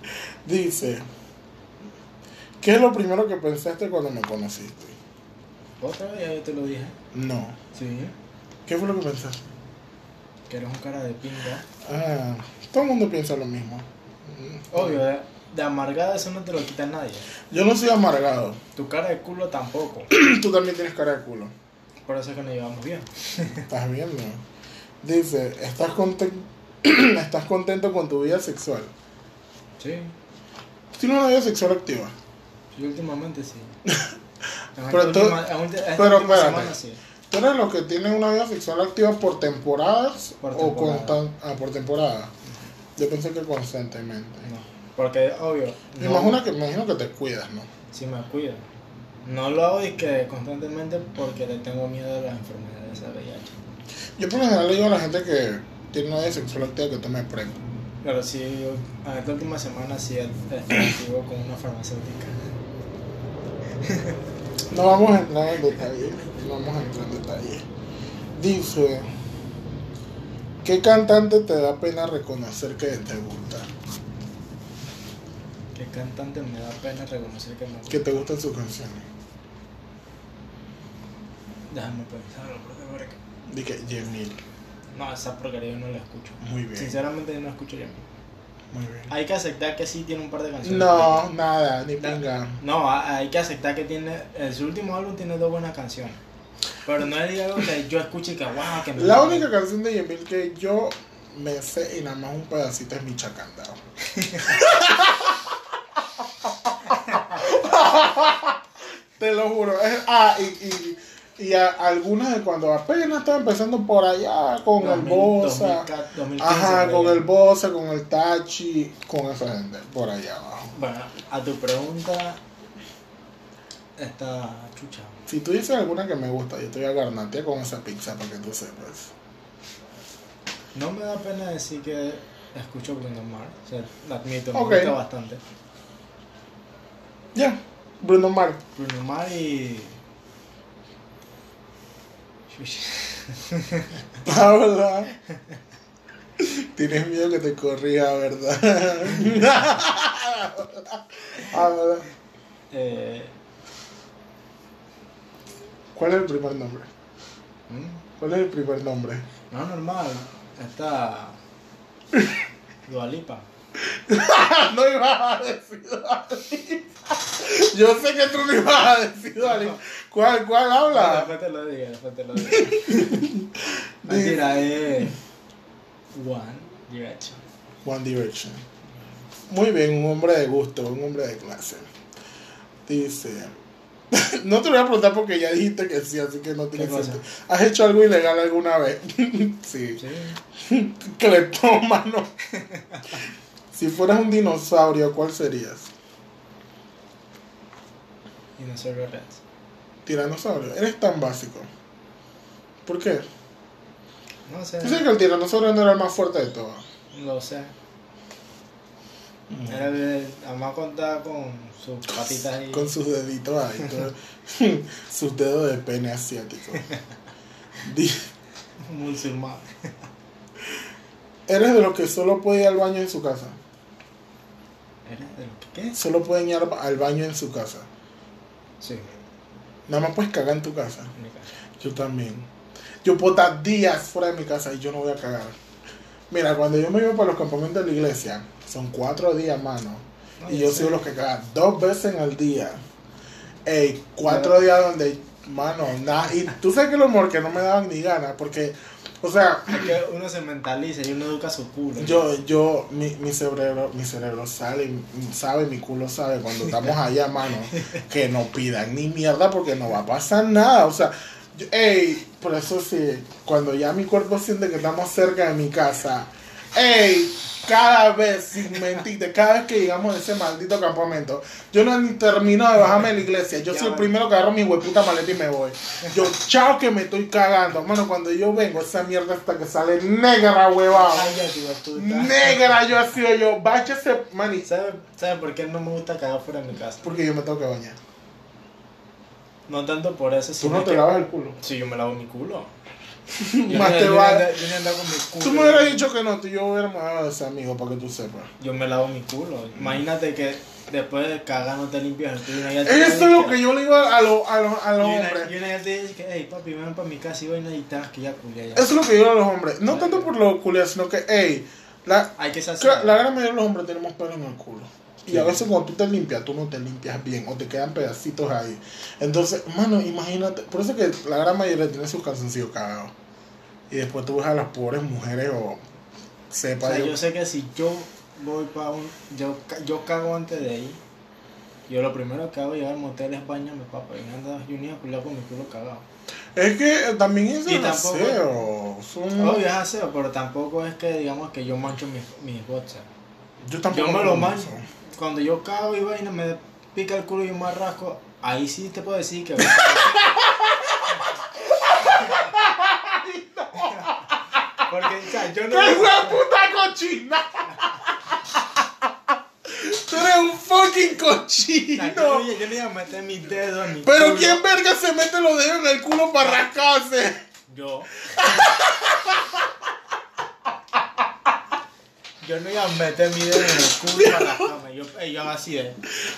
Dice, ¿qué es lo primero que pensaste cuando me conociste? Otra vez ya yo te lo dije. No. Sí. ¿Qué fue lo que pensaste? Que eres un cara de pinga. Ah, todo el mundo piensa lo mismo. Obvio, de, de amargada eso no te lo quita nadie. Yo no soy amargado. Tu cara de culo tampoco. Tú también tienes cara de culo. Por eso es que nos llevamos bien. ¿Estás viendo? Dice, ¿estás contento, ¿estás contento con tu vida sexual? Sí. ¿Tienes una vida sexual activa? Yo últimamente sí. Pero esta tú- última, esta última pero última espérate. semana sí. ¿Tú eres los que tienen una vida sexual activa por temporadas Por o temporada. constan ah, por temporada? Yo pensé que constantemente. No. Porque, obvio. Me no- imagino que, me imagino que te cuidas, ¿no? Sí me cuido. No lo hago y que constantemente porque le tengo miedo a las enfermedades de V I H. Yo por lo general le digo a la gente que tiene una vida sexual activa que tome PrEP. Pero sí, yo, a esta última semana sí estoy activo con una farmacéutica. No vamos a entrar en detalle. No vamos a entrar en detalle. Dice, ¿qué cantante te da pena reconocer que te gusta? ¿Qué cantante me da pena reconocer que me gusta? Que te gustan sus canciones. Déjame pensarlo, porque verga. Di que Yemil. No, esa porquería yo no la escucho. Muy bien. Sinceramente yo no escucho ya. Muy bien. Hay que aceptar que sí tiene un par de canciones. No, nada, ni Da- pinga. No, a- hay que aceptar que tiene. En su último álbum tiene dos buenas canciones. Pero no es algo que yo escuche y que wow, que me La gusta. única canción de Yemil que yo me sé y nada más un pedacito es Mi Chacandao. Te lo juro. Es- ah, y, y, y a- algunas de cuando apenas estaba empezando por allá con el Bosa. dos mil quince, Ajá, por con ahí. el Bosa, con el Tachi, con esa gente, por allá abajo. Bueno, a tu pregunta. Está chucha. Si tú dices alguna que me gusta, yo estoy a garnatía con esa pizza para que tú sepas. No me da pena decir que escucho Bruno Mars. O sea, lo admito, me Ok. gusta bastante. Ya, Bruno Mars. Bruno Mars y. Paula. Tienes miedo que te corrija, ¿verdad? Paula. eh, ¿Cuál es el primer nombre? ¿hmm? ¿Cuál es el primer nombre? No, normal. Está. Dua Lipa. No ibas a decir Dua Lipa. Yo sé que tú no ibas a decir Dua Lipa. ¿Cuál, cuál No, habla? después te lo digo, después te lo digo. Mentira, es. One Direction. One Direction. Muy bien, un hombre de gusto, un hombre de clase. Dice. No te voy a preguntar porque ya dijiste que sí, así que no tiene ¿Qué cosa? sentido. ¿Has hecho algo ilegal alguna vez? Sí. Sí. Cleptómano. Si fueras un dinosaurio, ¿cuál serías? Dinosaurio Rex. Tiranosaurio. Eres tan básico. ¿Por qué? No sé. Tú sabes que el tiranosaurio no era el más fuerte de todos. Lo sé. Era el, además contaba con sus patitas ahí. Con sus deditos ahí. todo- sus dedos de pene asiático. Di- Musulmán. Eres de los que solo puede ir al baño en su casa. ¿Eres de lo que qué? Solo pueden ir al al baño en su casa. Sí, Nada más puedes cagar en tu casa. en mi casa. Yo también. Yo puedo estar días fuera de mi casa y yo no voy a cagar. Mira, cuando yo me iba para los campamentos de la iglesia, son cuatro días, mano. No, Y yo yo sé. soy los que cagan dos veces en el día. Ey, cuatro días donde, mano, nada. Y tú sabes que los humor que no me daban ni ganas, porque, o sea, Es que uno se mentaliza y uno educa su culo. yo, yo, mi, mi cerebro, mi cerebro sale, y sabe, mi culo sabe cuando estamos allá, mano, que no pidan ni mierda porque no va a pasar nada. O sea, yo- ey, por eso sí, cuando ya mi cuerpo siente que estamos cerca de mi casa, ey, cada vez, sin mentirte, cada vez que llegamos a ese maldito campamento, yo no ni termino de bajarme de la iglesia, yo Ya, soy el man. primero que agarro mi hueputa maleta y me voy. Yo, chao que me estoy cagando, mano, cuando yo vengo, esa mierda hasta que sale negra, huevado. Cállate, hijo de puta. Negra, yo así, yo, báchese, mani. ¿Sabe, ¿Sabe por qué no me gusta cagar fuera de mi casa? Porque yo me tengo que bañar. No tanto por eso, Tú sino no te que- lavas el culo. Sí, yo me lavo mi culo. Yo Más ni- te yo ni vale. ando- yo ni ando con mi culo. Tú me hubieras dicho que no, tú yo hubiera mandado de ese amigo para que tú sepas. Yo me lavo mi culo. Imagínate que después de cagar no te limpias el culo. Y una ya te Eso dice es lo que yo le digo a los a los a los y una- hombres. Y una ya te dice que, hey papi, ven para mi casa y vaina y tal, que ya culé ya. Eso es lo que yo digo a los hombres. No tanto por lo culiar, sino que, hey, la, Hay que ser Claro, la gran mayoría de los hombres tenemos pelo en el culo. Y Sí. a veces cuando tú te limpias, tú no te limpias bien o te quedan pedacitos ahí. Entonces, mano, imagínate. Por eso que la gran mayoría tiene sus calzoncillos cagados. Y después tú ves a las pobres mujeres o O sepa sea, yo. yo sé que si yo voy para un. Yo, ca- yo cago antes de ir. Yo lo primero que hago es llegar al motel es bañarme, papá. Y no ando yo ni a culiar con mi culo cagado. Es que también es Y el tampoco- aseo. Son- Obvio es aseo, pero tampoco es que digamos que yo mancho mis, mis boxers. Yo tampoco Yo me lo hago mancho. eso. Cuando yo cago y vaina, me pica el culo y un marrasco. Ahí sí te puedo decir que. Porque, o sea, yo no. ¡Qué una puta cochina! Tú eres un fucking O sea, cochino. yo, no- yo no iba a meter mis dedos en mi Pero culo. ¿quién verga se mete los dedos en el culo para rascarse? Yo. Yo no iba a meter mi dedo en el culo para rascarme. Yo, eh, yo así de. de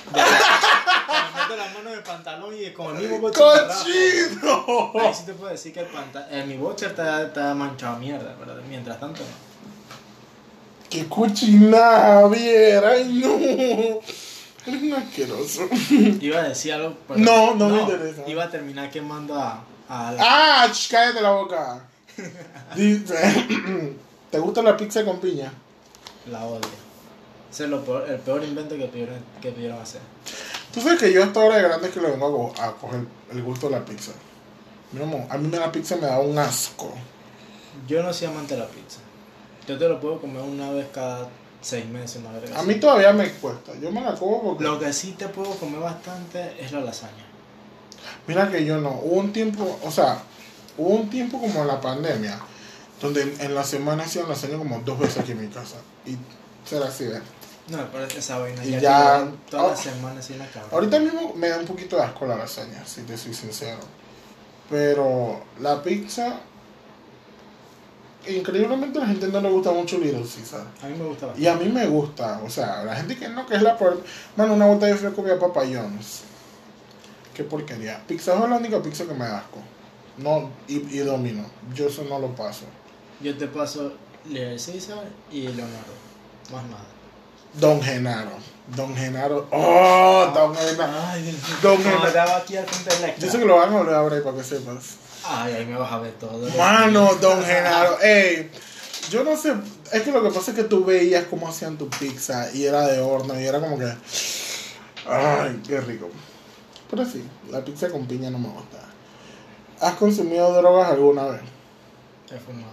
me meto la mano en el pantalón y con el mismo boxer me rasco. ¡Cochino! Ahí sí te puedo decir que el panta eh, mi boxer está, está manchado a mierda, pero mientras tanto no. ¡Qué cochinada, viera! ¡Ay, no! Eres un asqueroso. Iba a decir algo, pero. No, no me interesa. Iba a terminar quemando a. a la- ¡Ah! ch, ¡Cállate la boca! Dice, ¿te gusta la pizza con piña? La odio. Ese es lo peor- el peor invento que pudieron, que pudieron hacer. Tú sabes que yo hasta ahora de grande es que le vengo a, co- a coger el gusto de la pizza. Mi amor, a mí me la pizza me da un asco. Yo no soy amante de la pizza. Yo te lo puedo comer una vez cada seis meses, una vez. A mí todavía me cuesta. Yo me la como porque... Lo que sí te puedo comer bastante es la lasaña. Mira que yo no. Hubo un tiempo, o sea, hubo un tiempo como en la pandemia, donde en, en la semana hacían lasaña como dos veces aquí en mi casa. Y será así, ¿ves? No, me parece esa vaina. Y Ya, ya- que todas oh. las semanas sin la cama. Ahorita mismo me da un poquito de asco la lasaña, si te soy sincero. Pero la pizza, increíblemente a la gente no le gusta mucho Little Caesar. A mí me gusta bastante. Y a mí me gusta, o sea, la gente que no, que es la por... Mano, una botella de fresco de Papa John's. Qué porquería. Pizza Hut es la única pizza que me da asco. No, y, y Domino. Yo eso no lo paso. Yo te paso Little Caesar y Leonardo. Más nada. Don Genaro. Don Genaro. ¡Oh! Don Genaro. Ay, Dios mío. Don No, Genaro. estaba aquí al frente de Electra. Yo sé que lo van a volver a abrir para que sepas. Ay, ahí me vas a ver todo. Mano, Don Genaro. Ey, yo no sé. Es que lo que pasa es que tú veías cómo hacían tu pizza y era de horno y era como que. Ay, qué rico. Pero sí, la pizza con piña no me gusta. ¿Has consumido drogas alguna vez? He fumado.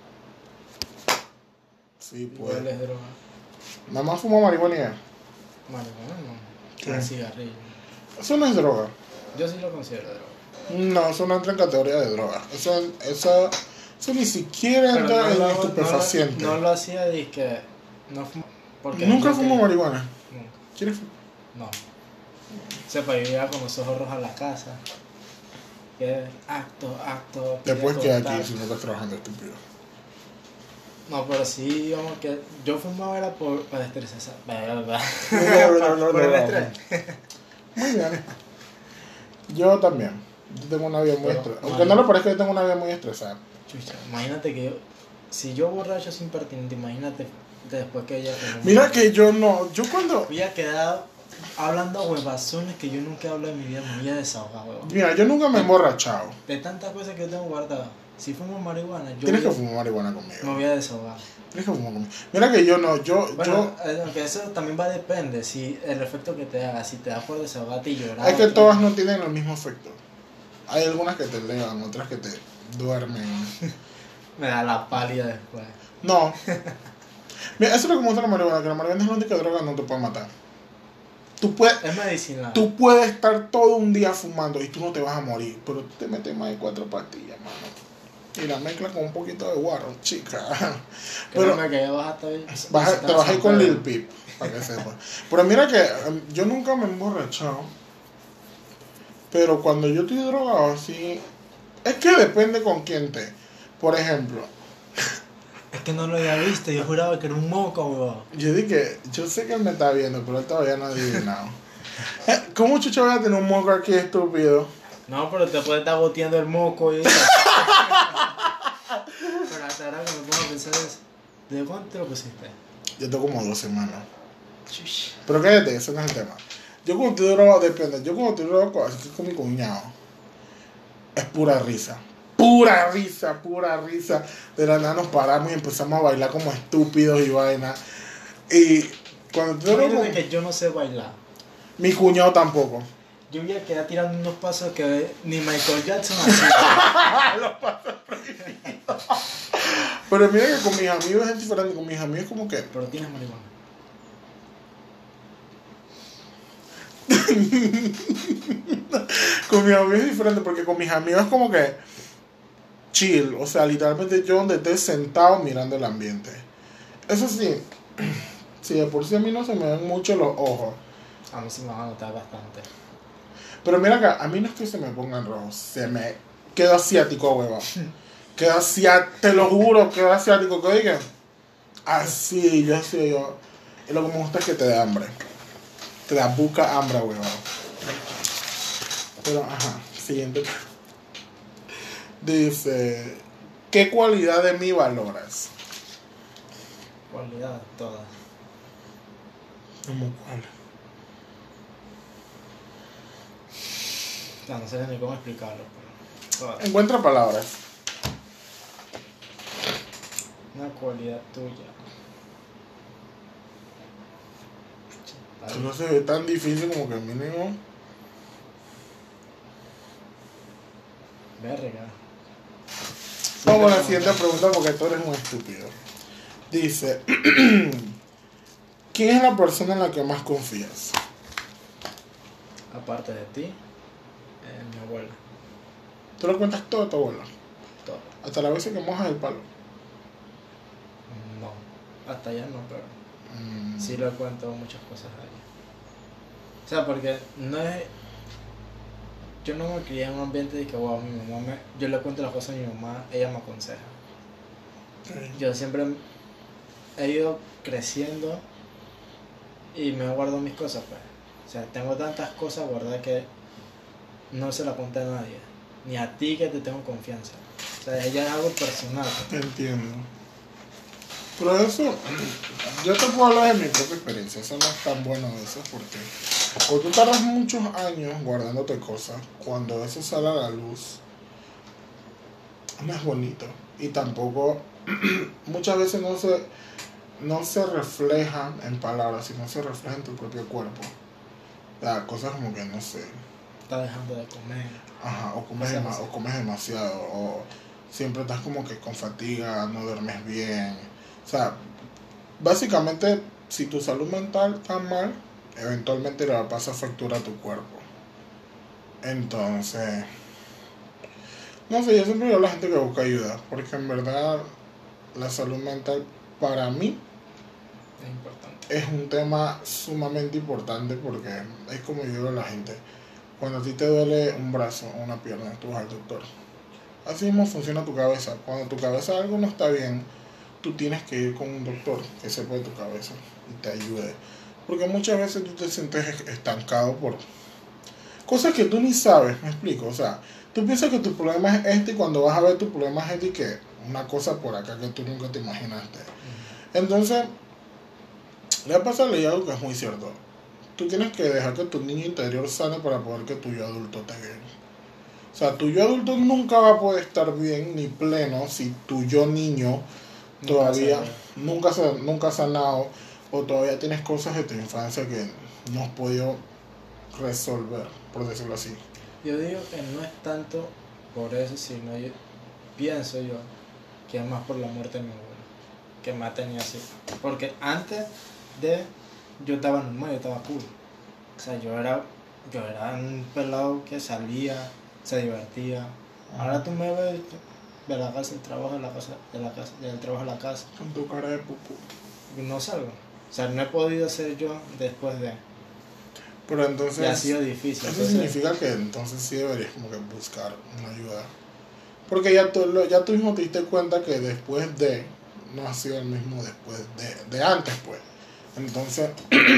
Sí, pues. Igual es droga. Nada más fumo marihuana y ya. Marihuana no. ¿Qué? Un cigarrillo. Eso no es droga. Yo sí lo considero droga. No, eso no entra en categoría de droga. Eso, eso, eso ni siquiera Pero entra no en lo, estupefaciente. no, lo- no lo hacía de que no fumo. Porque Nunca no fumo quería- marihuana. Nunca. ¿Quieres fu- No. O sea, para yo llegar con los ojos rojos a la casa. Que acto, acto. Te pide puedes quedar cortar. aquí si no estás trabajando, estúpido. No, pero sí, digamos que yo fumaba era por, para estresar. no, Por el no, estrés. Muy bien. Yo también. Yo tengo una vida muy Pero, estresada. vale. Aunque no lo parezca, yo tengo una vida muy estresada. Chucha, imagínate que yo. Si yo borracho es impertinente, imagínate después que ella. fumó. Mira que yo no. Yo cuando. Había quedado hablando huevazones que yo nunca hablo en mi vida, me había desahogado, huevón. Mira, yo nunca me he emborrachado. De tantas cosas que yo tengo guardadas. Si fumo marihuana, yo Tienes que voy a- fumar marihuana me conmigo. voy a desahogar. Tienes que fumar conmigo. Mira que yo no. Yo. Bueno, yo eh, aunque eso también va a depender, si el efecto que te haga, si te da por desahogarte y llorar. es que o- todas no tienen el mismo efecto. Hay algunas que te elevan, otras que te duermen. Me da la pálida después. No. Mira, eso es lo que me gusta de la marihuana, que la marihuana es la única droga que no te puede matar. Tú puedes, Es medicinal. tú puedes estar todo un día fumando y tú no te vas a morir, pero tú te metes más de cuatro pastillas, mano. Y la mezclas con un poquito de guaro, chica. Pero Créeme que ya vas a estar. baja- te bajé con Lil Peep, para que sepas. Pero mira que em, yo nunca me he emborrachado. Pero cuando yo estoy drogado así, es que depende con quién te. Por ejemplo, Es que no lo había visto, yo juraba que era un moco, weón. yo dije, yo sé que él me está viendo, pero él todavía no ha adivinado. ¿Cómo chucho voy a tener un moco aquí, estúpido? No, pero te puede estar boteando el moco y eso. Pero hasta ahora que me pongo a pensar es, ¿de cuánto te lo pusiste? Yo tengo como dos semanas. Chush. Pero cállate, ese no es el tema. Yo cuando estoy drogado, depende. Yo cuando estoy drogado, así que con mi cuñado, es pura risa. Pura risa, pura risa. De la nada nos paramos y empezamos a bailar como estúpidos y vaina. Y cuando estoy drogado, Imagínate que yo no sé bailar. mi cuñado tampoco. Yo voy a quedar tirando unos pasos que ni Michael Jackson hacía. Pero mira que con mis amigos es diferente. Con mis amigos como que... Pero tienes marihuana. Con mis amigos es diferente porque con mis amigos es como que chill, o sea, literalmente yo donde esté sentado mirando el ambiente. Eso sí, si de por sí a mí no se me ven mucho los ojos, A mí sí me va a notar bastante. pero mira acá, a mí no es que se me pongan rojos, se me quedo asiático, huevón. Quedo asiático, te lo juro, quedo asiático, que digan así, yo así, yo. Y lo que me gusta es que te da hambre, te da busca hambre, huevón. Pero, ajá, siguiente. Dice, ¿qué cualidad de mí valoras? Cualidad, todas. ¿Cómo cuál? No, no sé ni cómo explicarlo, pero todas. Encuentra palabras. Una cualidad tuya. Eso no se ve tan difícil como que mínimo. Verga. Vamos a la siguiente pregunta porque tú eres un estúpido. Dice, ¿quién es la persona en la que más confías? Aparte de ti, eh, mi abuela. ¿Tú le cuentas todo a tu abuela? Todo. Hasta la vez que mojas el palo. No. Hasta allá no, pero Mm. sí le cuento muchas cosas a ella. O sea, porque no es... Yo no me crié en un ambiente de que, wow, mi mamá me... Yo le cuento las cosas a mi mamá, ella me aconseja. Yo siempre he ido creciendo y me he guardado mis cosas, pues. O sea, tengo tantas cosas guardadas que no se las conté a nadie. Ni a ti que te tengo confianza. O sea, ella es algo personal. Pues. Entiendo. Pero eso, yo te puedo hablar de mi propia experiencia. Eso no es tan bueno eso porque cuando tú tardas muchos años guardándote cosas, cuando eso sale a la luz, no es bonito. Y tampoco, muchas veces no se, no se refleja en palabras, sino se refleja en tu propio cuerpo. O sea, cosas como que, no sé, Estás dejando de comer. ajá, o comes, O sea, dema- no sé. o comes demasiado, o siempre estás como que con fatiga, no duermes bien. O sea, básicamente, si tu salud mental está mal, eventualmente le va a pasar factura a tu cuerpo. Entonces, no sé, yo siempre digo a la gente que busca ayuda, porque en verdad la salud mental para mí Es importante. es un tema sumamente importante porque es como yo digo a la gente, cuando a ti te duele un brazo o una pierna, tú vas al doctor. Así mismo funciona tu cabeza. Cuando tu cabeza algo no está bien, tú tienes que ir con un doctor que sepa de tu cabeza y te ayude. Porque muchas veces tú te sientes estancado por cosas que tú ni sabes, me explico. O sea, tú piensas que tu problema es este y cuando vas a ver tu problema es este y que una cosa por acá que tú nunca te imaginaste. Entonces, le ha pasado algo que es muy cierto. Tú tienes que dejar que tu niño interior sane para poder que tu yo adulto esté bien. O sea, tu yo adulto nunca va a poder estar bien ni pleno si tu yo niño todavía nunca, se, nunca ha sanado o todavía tienes cosas de tu infancia que no has podido resolver, por decirlo así. Yo digo que no es tanto por eso, sino yo pienso yo que es más por la muerte de mi abuelo, que me ha tenido así. Porque antes de yo estaba normal, yo estaba cool. O sea, yo era, yo era un pelado que salía, se divertía. Ahora tú me ves de la casa al trabajo, de la casa, de la casa, del trabajo a la casa. Con tu cara de pupú. No salgo. O sea, no he podido ser yo después de. Pero entonces, Y ha sido difícil. eso Entonces, significa que entonces sí deberías como que buscar una ayuda Porque ya tú, lo- ya tú mismo te diste cuenta que después de, no ha sido el mismo después de, de antes, pues. Entonces,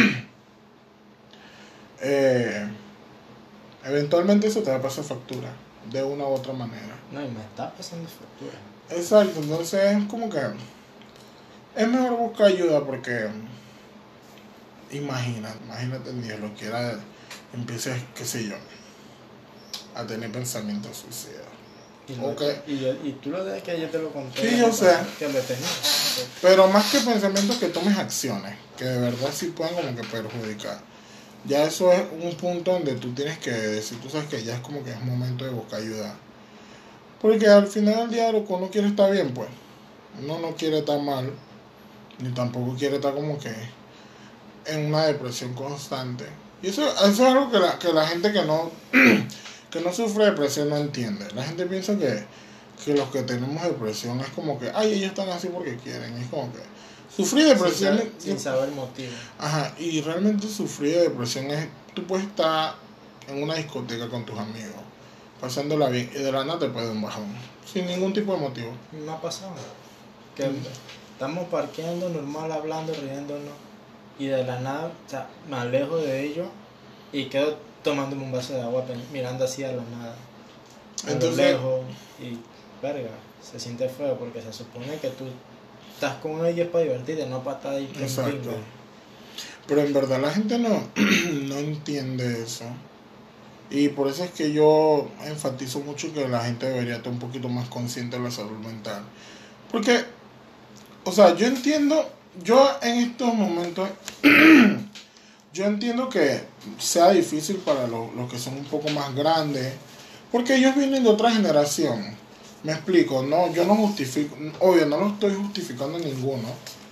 eh, eventualmente eso te va a pasar factura, de una u otra manera. No, y me está pasando factura. Exacto, entonces es como que es mejor buscar ayuda porque imagina, imagínate Dios lo quiera, empieces, qué sé yo, a tener pensamientos suicidas. Y, lo- Ok. y, yo- y tú lo de que yo te lo conté. Sí, yo sé. Que lo tenía. Pero más que pensamientos, que tomes acciones que de verdad sí puedan como que perjudicar. Ya eso es un punto donde tú tienes que decir, tú sabes que ya es como que es momento de buscar ayuda. Porque al final del día lo que uno quiere estar bien, pues. Uno no quiere estar mal, ni tampoco quiere estar como que en una depresión constante. Y eso, eso es algo que la, que la gente que no, que no sufre depresión no entiende. La gente piensa que, que los que tenemos depresión es como que, ay, ellos están así porque quieren. Es como que sufrir depresión... Sin saber, sin saber motivo. Ajá, y realmente sufrir de depresión es, tú puedes estar en una discoteca con tus amigos, pasándola bien, y de la nada te puede dar un bajón, sin ningún tipo de motivo. Me ha pasado. Que Mm. estamos parqueando normal, hablando, riéndonos. Y de la nada, o sea, me alejo de ellos y quedo tomándome un vaso de agua, pen- mirando así a la nada. A Entonces- lo lejos. Y, verga, se siente feo porque se supone que tú estás con ellos para divertirte, no para estar ahí con Exacto. pingo. Pero en verdad la gente no, no entiende eso. Y por eso es que yo enfatizo mucho que la gente debería estar un poquito más consciente de la salud mental. Porque, o sea, yo entiendo, yo en estos momentos, yo entiendo que sea difícil para los, los que son un poco más grandes, porque ellos vienen de otra generación. Me explico, no, yo no justifico, obvio, no lo estoy justificando a ninguno,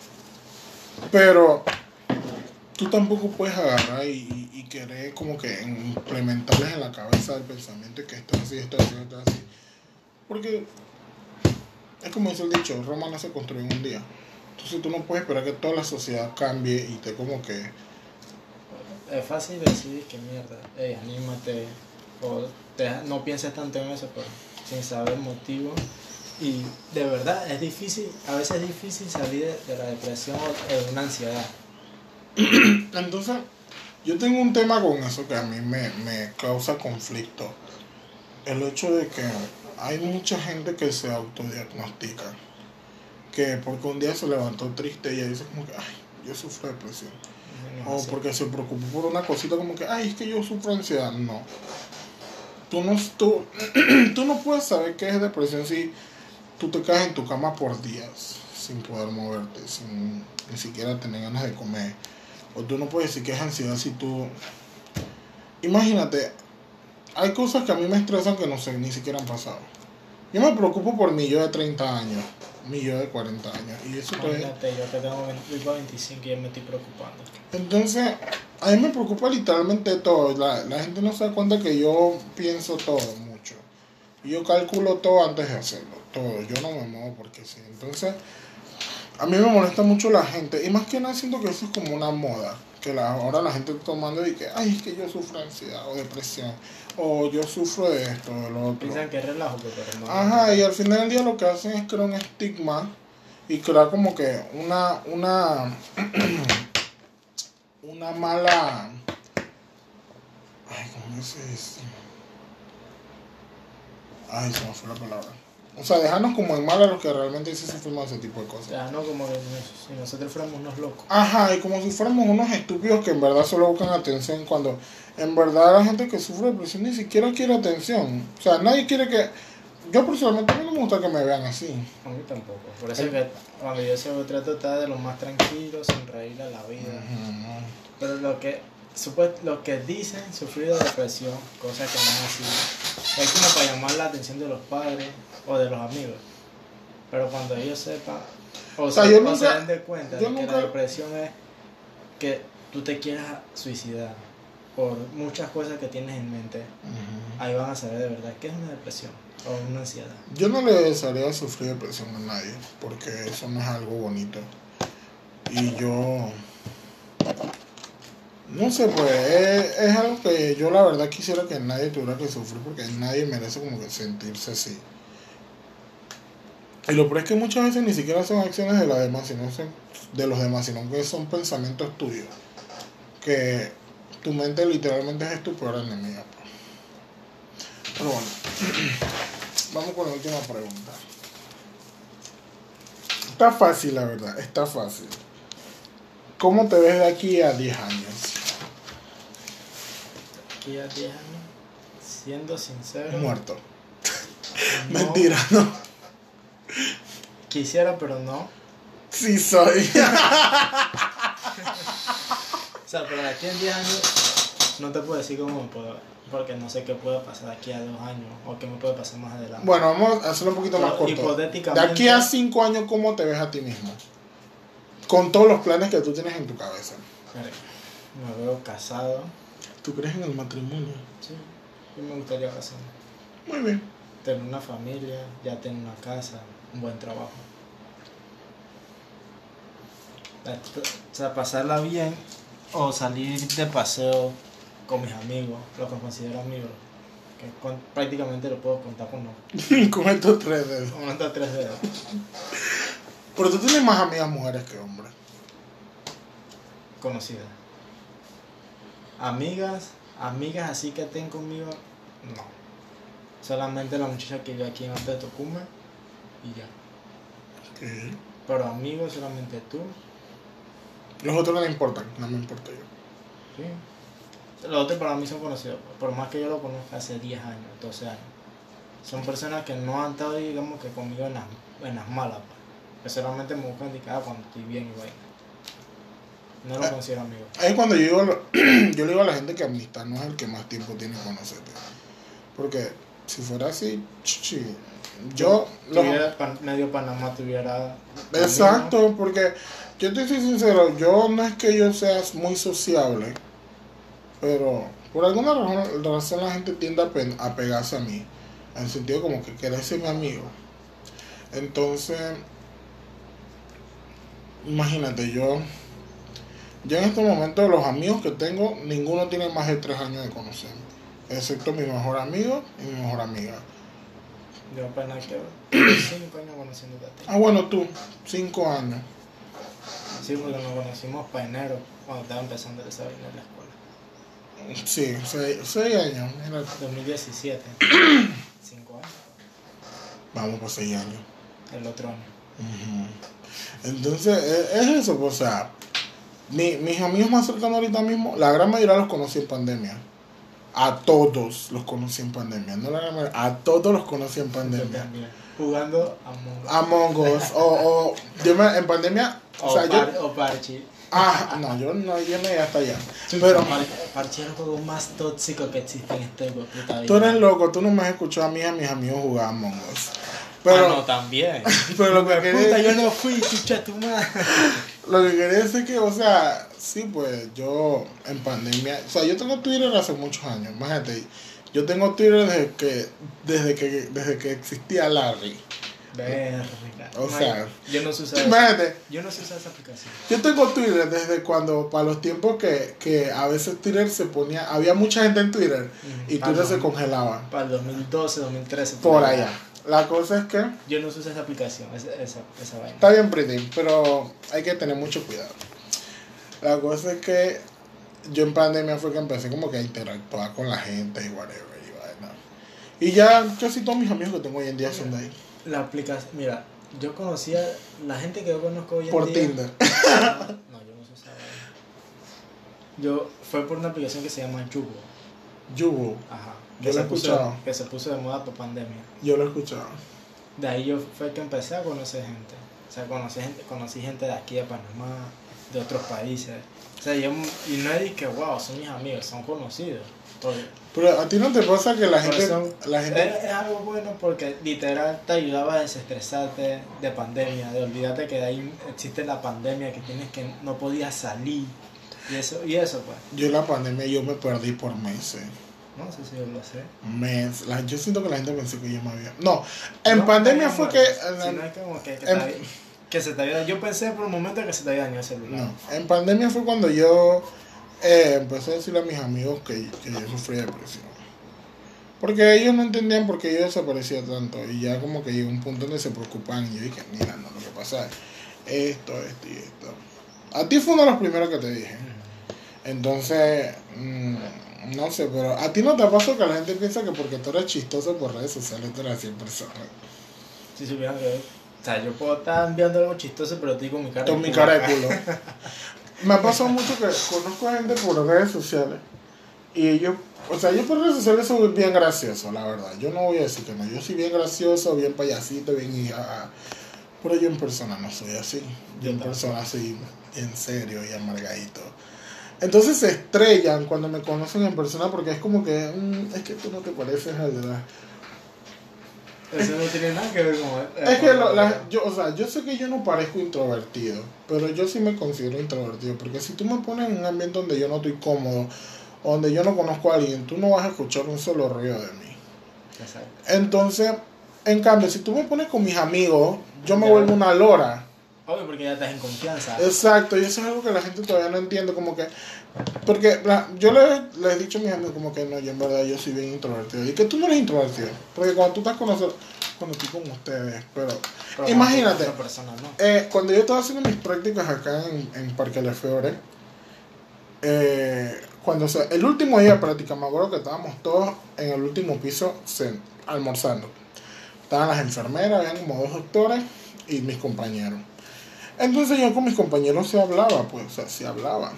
pero tú tampoco puedes agarrar y, y, y querer como que implementarles en la cabeza el pensamiento de que esto es así, esto es así, esto es así. Porque es como dice el dicho, Roma no se construyó en un día. Entonces tú no puedes esperar que toda la sociedad cambie y te como que... Es fácil decir que mierda, ey, anímate, o te- no pienses tanto en eso, pero sin saber motivo. Y de verdad es difícil, a veces es difícil salir de, de la depresión o de una ansiedad. Entonces, yo tengo un tema con eso que a mí me, me causa conflicto. El hecho de que hay mucha gente que se autodiagnostica. Que porque un día se levantó triste y ella dice como que, ay, yo sufro depresión. No O sé. porque se preocupó por una cosita como que, ay, es que yo sufro ansiedad. No. Tú no, tú, tú no puedes saber qué es depresión si tú te quedas en tu cama por días sin poder moverte, sin ni siquiera tener ganas de comer. O tú no puedes decir que es ansiedad si tú... Imagínate, hay cosas que a mí me estresan que no sé, ni siquiera han pasado. Yo me preocupo por mi yo de treinta años, mi yo de cuarenta años. Y eso todavía... Imagínate, yo que tengo veinte, voy para veinticinco y ya me estoy preocupando. Entonces, a mí me preocupa literalmente todo. La, la gente no se da cuenta que yo pienso todo mucho. Y yo calculo todo antes de hacerlo. Todo. Yo no me muevo porque sí. Entonces, a mí me molesta mucho la gente. Y más que nada siento que eso es como una moda. Que la, ahora la gente está tomando y que, ay, es que yo sufro ansiedad o depresión. O yo sufro de esto o de lo otro. Piensan que es relajo, pero no. Ajá, y al final del día lo que hacen es crear un estigma y crear como que una una una mala, ay, ¿cómo se dice? Ay, se me fue la palabra. O sea, dejarnos como en mal a los que realmente sí sufrimos ese tipo de cosas. Ya, no como que nos- si nosotros fuéramos unos locos. Ajá, y como si fuéramos unos estúpidos que en verdad solo buscan atención cuando en verdad la gente que sufre depresión ni siquiera quiere atención. O sea, nadie quiere que... Yo personalmente a mí no me gusta que me vean así. A mí tampoco. Por eso es que cuando yo se trato de estar de lo más tranquilo, sonreír a la vida. Ujú. Pero lo que supuest, lo que dicen sufrir de depresión, cosas que no es así, es como para llamar la atención de los padres o de los amigos. Pero cuando ellos sepan o, O sea, se, yo o nunca- se den de cuenta yo de que nunca- la depresión es que tú te quieras suicidar por muchas cosas que tienes en mente, Ujú. ahí van a saber de verdad qué es una depresión o una ansiedad. Yo no le desearía sufrir depresión a nadie, porque eso no es algo bonito. Y yo... No sé, pues es, es algo que yo la verdad quisiera que nadie tuviera que sufrir, porque nadie merece como que sentirse así. Y lo peor es que muchas veces ni siquiera son acciones de las demás, sino son de los demás, sino que son pensamientos tuyos. Que tu mente literalmente es tu peor enemiga. Pero bueno, vamos con la última pregunta. Está fácil, la verdad, está fácil. ¿Cómo te ves de aquí a diez años? Aquí a diez años, siendo sincero. Muerto. No, Mentira, no. Quisiera, pero no. Sí soy. O sea, pero de aquí en diez años no te puedo decir cómo me puedo ver, porque no sé qué puede pasar de aquí a dos años o qué me puede pasar más adelante. Bueno, vamos a hacerlo un poquito más Pero corto. hipotéticamente- De aquí a cinco años, ¿cómo te ves a ti mismo? Con todos los planes que tú tienes en tu cabeza. Mira, me veo casado. ¿Tú crees en el matrimonio? Sí, yo me gustaría casarme. Muy bien. Tener una familia, ya tener una casa, un buen trabajo. O sea, pasarla bien o salir de paseo con mis amigos, lo que considero amigos, que con- prácticamente lo puedo contar con, los- Con estos tres dedos. con estas tres dedos. Pero tú tienes más amigas mujeres que hombres. Conocidas. Amigas, amigas así que estén conmigo, no. Solamente la muchacha que vive aquí en Alto de Tocumen y ya. ¿Qué? Pero amigos solamente tú. Los otros no me importan, no me importa yo. Sí. Los otros para mí son conocidos, por más que yo lo conozca hace diez años, doce años. Son personas que no han estado, digamos, que conmigo en las, en las malas, pues. Que solamente me buscan indicada cuando estoy bien y vaina. No lo Ah. considero amigo. Ahí es cuando yo digo, lo- yo le digo a la gente que amistad no es el que más tiempo tiene que conocerte. Porque si fuera así, chichi, yo... los- Tuviera pan- medio Panamá tuviera... Exacto, porque yo te soy sincero, yo no es que yo sea muy sociable, pero por alguna razón, razón la gente tiende a, pe- a pegarse a mí, en el sentido como que querer ser mi amigo. Entonces, imagínate, yo, yo en estos momentos los amigos que tengo, ninguno tiene más de tres años de conocerme, excepto mi mejor amigo y mi mejor amiga. Yo apenas que cinco años conociéndote a ti. Ah, bueno, tú, cinco años. Sí, porque nos conocimos para enero, cuando estaba empezando esa vaina en la escuela. Sí, seis, seis años, mira. dos mil diecisiete. cinco años. Vamos por seis años. El otro año. Ujú. Entonces, es, es eso, pues, o sea, mi, mis amigos más cercanos ahorita mismo, la gran mayoría los conocí en pandemia. A todos los conocí en pandemia. No la gran mayoría, a todos los conocí en Yo pandemia. también. Jugando Among Us. Among Us, o, o yo me, en pandemia, o, O, sea, par, yo... o Parchi. Ah, no, yo no, yo no llegué hasta allá. Pero Par- Parchi es el juego más tóxico que existe en este puta vida. tú eres loco, tú no me has escuchado a mí y a mis amigos jugar Among Us. Pero, Ah, no, también. pero lo que Puta, quería... yo no fui, chucha tu madre. Lo que quería decir es que, o sea, sí, pues yo en pandemia, o sea, yo tengo Twitter hace muchos años, imagínate, yo tengo Twitter desde que, desde que, desde que existía Larry. Verga. O Man, sea, yo no sé usar esa, Imagínate, yo no sé usar esa aplicación. yo tengo Twitter desde cuando, para los tiempos que, que a veces Twitter se ponía, había mucha gente en Twitter y Para Twitter se el- congelaba. Para el dos mil doce, dos mil trece. Por allá. La cosa es que, Yo no sé usar esa aplicación, esa, esa, esa vaina. está bien pretty, pero hay que tener mucho cuidado. La cosa es que yo en pandemia fue que empecé como que a interactuar con la gente y whatever y vaina. Y ya casi todos mis amigos que tengo hoy en día son de ahí. La aplicación, mira, yo conocía la gente que yo conozco hoy en Por día. Tinder. No, yo no sé esa vaina. Yo fue por una aplicación que se llama Yugo. Yugo, Ajá. Yo Que lo se he puso- escuchado. Que se puso de moda por pandemia. yo lo he escuchado. De ahí yo fue que empecé a conocer gente. O sea, conocí gente, conocí gente de aquí de Panamá, de otros países. O sea, yo, y no es de que, wow, son mis amigos, son conocidos. Porque, Pero a ti no te pasa que la por gente, eso- la gente, es, es algo bueno porque literal te ayudaba a desestresarte de pandemia, de olvidarte que de ahí existe la pandemia, que tienes que no podías salir. Y eso, y eso pues. yo en la pandemia yo me perdí por meses. No sé si yo lo sé. Mes, la, yo siento que la gente pensó que yo me había... No, en No, pandemia no, fue no, que... sino es como que, que, en- te, que se te había, yo pensé por un momento que se te había dañado el celular. No, en pandemia fue cuando yo eh, empecé a decirle a mis amigos que, que yo sufría depresión. Porque ellos no entendían por qué yo desaparecía tanto. Y ya como que llegó un punto donde se preocupan. Y yo dije, mira, no, lo que pasa es esto, esto y esto. A ti fue uno de los primeros que te dije. Entonces, mmm, no sé, pero a ti no te pasó que la gente piensa que porque tú eres chistoso por redes sociales tú eres así en persona. Si supieran que... O sea, yo puedo estar enviando algo chistoso, pero estoy con mi cara Con mi cara de culo. Me ha pasado mucho que conozco a gente por redes sociales. Y ellos, o sea, yo por redes sociales soy bien gracioso, la verdad. Yo no voy a decir que no. Yo soy bien gracioso, bien payasito, bien hija. Pero yo en persona no soy así. Yo en persona soy bien serio y amargadito. Entonces se estrellan cuando me conocen en persona porque es como que, mmm, es que tú no te pareces al de la... Eso no tiene nada que ver con... Es que lo, la, yo, o sea, yo sé que yo no parezco introvertido, pero yo sí me considero introvertido, porque si tú me pones en un ambiente donde yo no estoy cómodo, donde yo no conozco a alguien, tú no vas a escuchar un solo ruido de mí. Exacto. Entonces, en cambio, si tú me pones con mis amigos, yo me ya vuelvo una lora. Obvio, porque ya estás en confianza. Exacto, y eso es algo que la gente todavía no entiende, como que... Porque la, yo les le he dicho a mis amigos como que no, yo en verdad yo soy bien introvertido. Y que tú no eres introvertido. Porque cuando tú estás con nosotros, cuando estoy con ustedes, pero... pero imagínate, persona, ¿no? eh, cuando yo estaba haciendo mis prácticas acá en, en Parque Lefebvre, eh, cuando o sea, el último día de práctica, me acuerdo que estábamos todos en el último piso sen, almorzando. Estaban las enfermeras, habían como dos doctores y mis compañeros. Entonces yo con mis compañeros se hablaba, pues, o sea, se hablaba.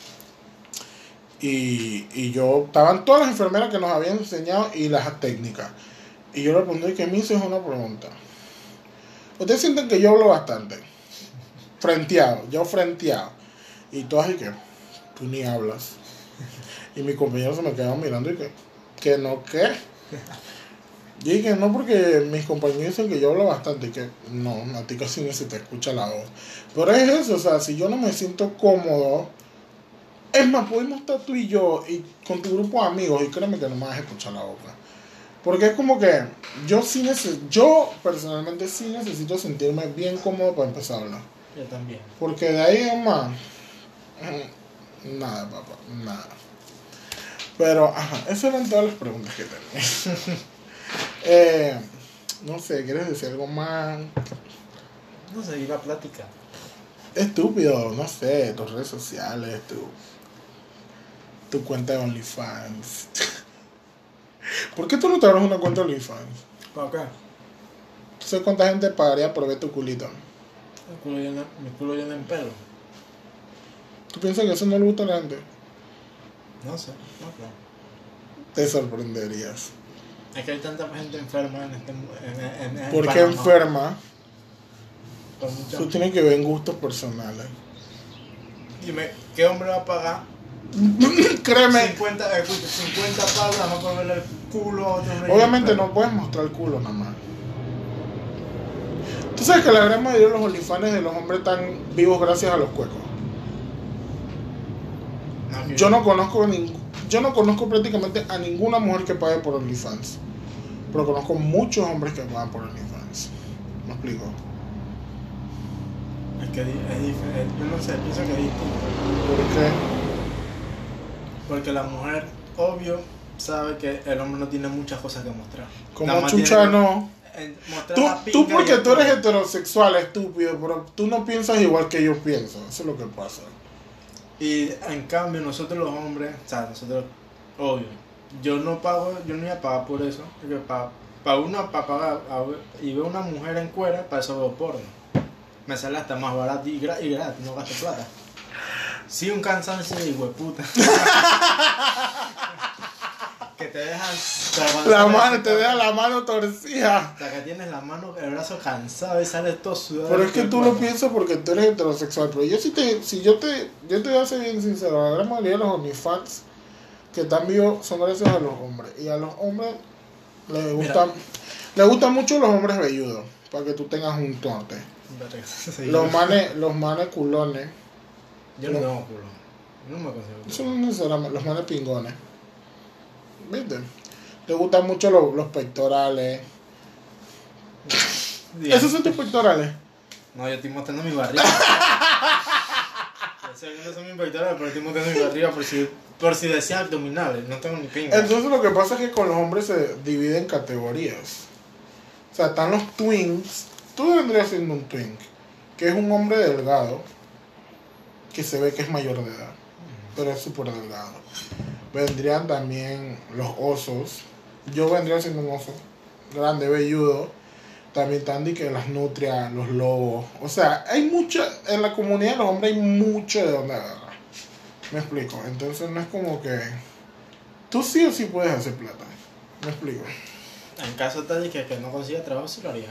Y, y yo, estaban todas las enfermeras que nos habían enseñado y las técnicas. Y yo le pregunté que me hice una pregunta. ¿Ustedes sienten que yo hablo bastante? Frenteado, yo frenteado. Y todas y que, tú ni hablas. Y mis compañeros se me quedaban mirando y que, que no, ¿qué? Y dije, no, porque mis compañeros dicen que yo hablo bastante y que no, a ti casi ni se te escucha la voz. Pero es eso, o sea, si yo no me siento cómodo, es más, podemos estar tú y yo y con tu grupo de amigos y créeme que no me vas a escuchar la boca. Porque es como que yo sí necesito, yo personalmente sí necesito sentirme bien cómodo para empezar a hablar. Yo también. Porque de ahí en más, nada, papá, nada. Pero, ajá, esas eran todas las preguntas que tenía. eh, no sé, ¿quieres decir algo más? No sé, iba a platicar. Estúpido, no sé, tus redes sociales, tu, tu cuenta de OnlyFans. ¿Por qué tú no te abres una cuenta de OnlyFans? ¿Para qué? ¿Tú sabes cuánta gente pagaría por ver tu culito? Mi culo llena, mi culo llena en pelo. ¿Tú piensas que eso no le gusta a la gente? No sé, no creo. Te sorprenderías. Es que hay tanta gente enferma en este en, en, en ¿Por qué enferma? Eso Mucha... tiene que ver en gustos personales. Dime, ¿qué hombre va a pagar? Créeme. cincuenta, eh, cincuenta palos nada más por verle el culo a otro hombre. Obviamente no puedes mostrar el culo nada más. Tú sabes que la gran mayoría de los OnlyFans de los hombres están vivos gracias a los cuecos. Okay. Yo no conozco ningún, yo no conozco prácticamente a ninguna mujer que pague por OnlyFans. Pero conozco muchos hombres que pagan por OnlyFans. ¿Me explico? Es que es diferente. Yo no sé, pienso que es distinto. ¿Por qué? Porque la mujer, obvio, sabe que el hombre no tiene muchas cosas que mostrar. Como chucha no. Tú, tú porque tú eres heterosexual, estúpido, pero tú no piensas igual que yo pienso. Eso es lo que pasa. Y en cambio nosotros los hombres, o sea, nosotros, obvio, yo no pago, yo no voy a pagar por eso. Porque para pa uno, para pagar a, y ver una mujer en cuera, para eso veo porno. Me sale hasta más barato y, gra y gratis, no gasto plata. Sí, un cansancio de hueputa. Que te dejan... La mano, te deja la mano torcida. O sea, que tienes la mano, el brazo cansado y sales todo sudado. Pero es que tú lo piensas porque tú eres heterosexual. Pero yo sí te... Si yo te... Yo te voy a ser bien sincero. La gran mayoría de los OnlyFans que están vivos son gracias a los hombres. Y a los hombres les gustan... Les gustan mucho los hombres velludos. Para que tú tengas un torte. Los manes... Los manes culones. Yo no tengo culo. No me consigo. Eso no necesariamente. Los manes pingones. ¿Viste? Le gustan mucho los, los pectorales. Bien. ¿Esos son tus pectorales? No, yo estoy mostrando mi barriga. Segundo son mis pectorales, pero estoy montando mi barriga por si, por si decía abdominales. No tengo ni pinga. Entonces lo que pasa es que con los hombres se dividen en categorías. O sea, están los twins. Tú vendrías siendo un twink, que es un hombre delgado, que se ve que es mayor de edad, pero es súper delgado. Vendrían también los osos. Yo vendría siendo un oso grande, velludo. También están de que las nutrias, los lobos. O sea, hay mucha, en la comunidad de los hombres hay mucho de donde agarrar. Me explico. Entonces no es como que tú sí o sí puedes hacer plata. Me explico. En caso tal de que, que no consiga trabajo, sí lo haría.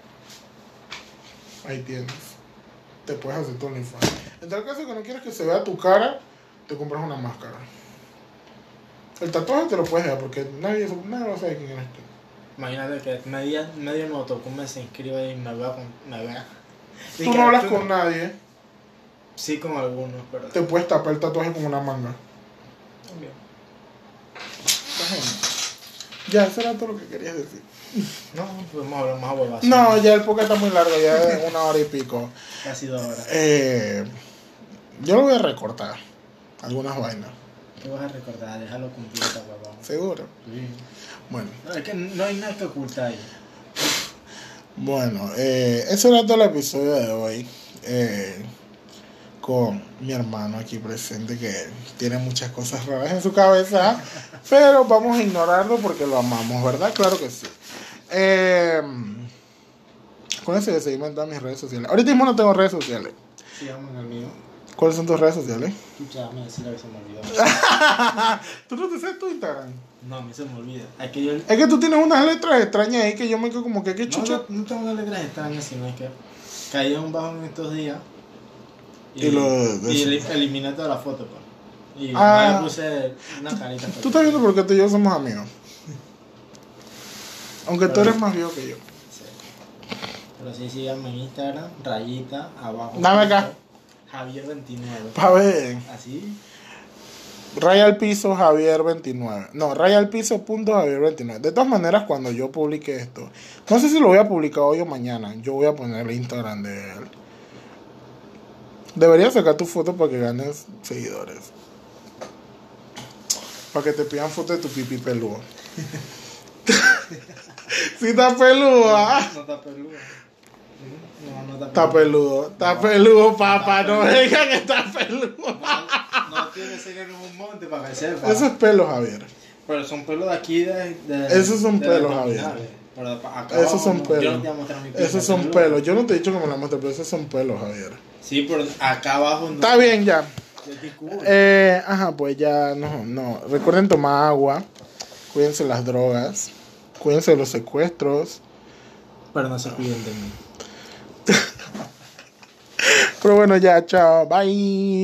Ahí tienes. Te puedes hacer tu OnlyFans. En tal caso que no quieres que se vea tu cara, te compras una máscara. El tatuaje te lo puedes dar porque nadie, nadie va a saber quién eres tú. Imagínate que medio, medio Notocume se inscribe y me vea con... Me vea. Y Tú que- no hablas con nadie, Sí, con algunos, pero... te puedes tapar el tatuaje con una manga. También. Está genial. Ya, eso era todo lo que querías decir. No, podemos hablar más huevas. No, ya el podcast está muy largo, ya es una hora y pico. Casi dos horas. Eh, yo lo voy a recortar. Algunas vainas. ¿Qué vas a recordar? Déjalo completo, huevón. ¿Seguro? Sí. Bueno. No, es que no hay nada que ocultar ahí. Bueno, eh, eso era todo el episodio de hoy. Eh, con mi hermano aquí presente que tiene muchas cosas raras en su cabeza. Pero vamos a ignorarlo porque lo amamos, ¿verdad? Claro que sí. Eh, con eso de seguirme en todas mis redes sociales. Ahorita mismo no tengo redes sociales. Sí, vamos en el mío. ¿Cuáles son tus redes sociales? Escucha, me decía que se me olvidó. ¿Tú no te sabes tu Instagram? No, a mí se me olvida. Es que yo... Es que tú tienes unas letras extrañas ahí que yo me quedo como que qué No, chucha. no, no tengo unas letras extrañas, sino es que caí en un bajón en estos días Y lo de- y el- eliminé toda la foto, pues. Y Ah. me puse una carita. Tú estás viendo porque tú y yo somos amigos. Aunque tú Pero- eres más viejo que yo. Sí. Pero sí, síganme en Instagram, rayita, abajo. Dame acá. Javier veintinueve. Pa' ver. Así. Raya al piso Javier veintinueve. No, raya al piso punto Javier veintinueve. De todas maneras, cuando yo publique esto, no sé si lo voy a publicar hoy o mañana. Yo voy a poner el Instagram de él. Deberías sacar tu foto para que ganes seguidores. Para que te pidan fotos de tu pipí peludo. Si está peludo, ¿ah? No está peludo. No, no está Está peludo. peludo. Está peludo, papá. No me digas que está peludo. No, no tiene que ser en un monte para que sepa. Eso es pelo, Javier. Pero son pelos de aquí de... de Esos son de las pelos, abdominales. Javier. Pero acá Esos abajo son no, pelos. Yo no te voy a mostrar mi piel, Esos son peludo. pelos. Yo no te he dicho que me la muestres, pero esos son pelos, Javier. Sí, pero acá abajo no. Está bien ya. Yo estoy cool. Eh, ajá, pues ya no, no. Recuerden tomar agua. Cuídense las drogas. Cuídense de los secuestros. Pero no se cuiden de mí. Pero bueno, ya, chao. Bye.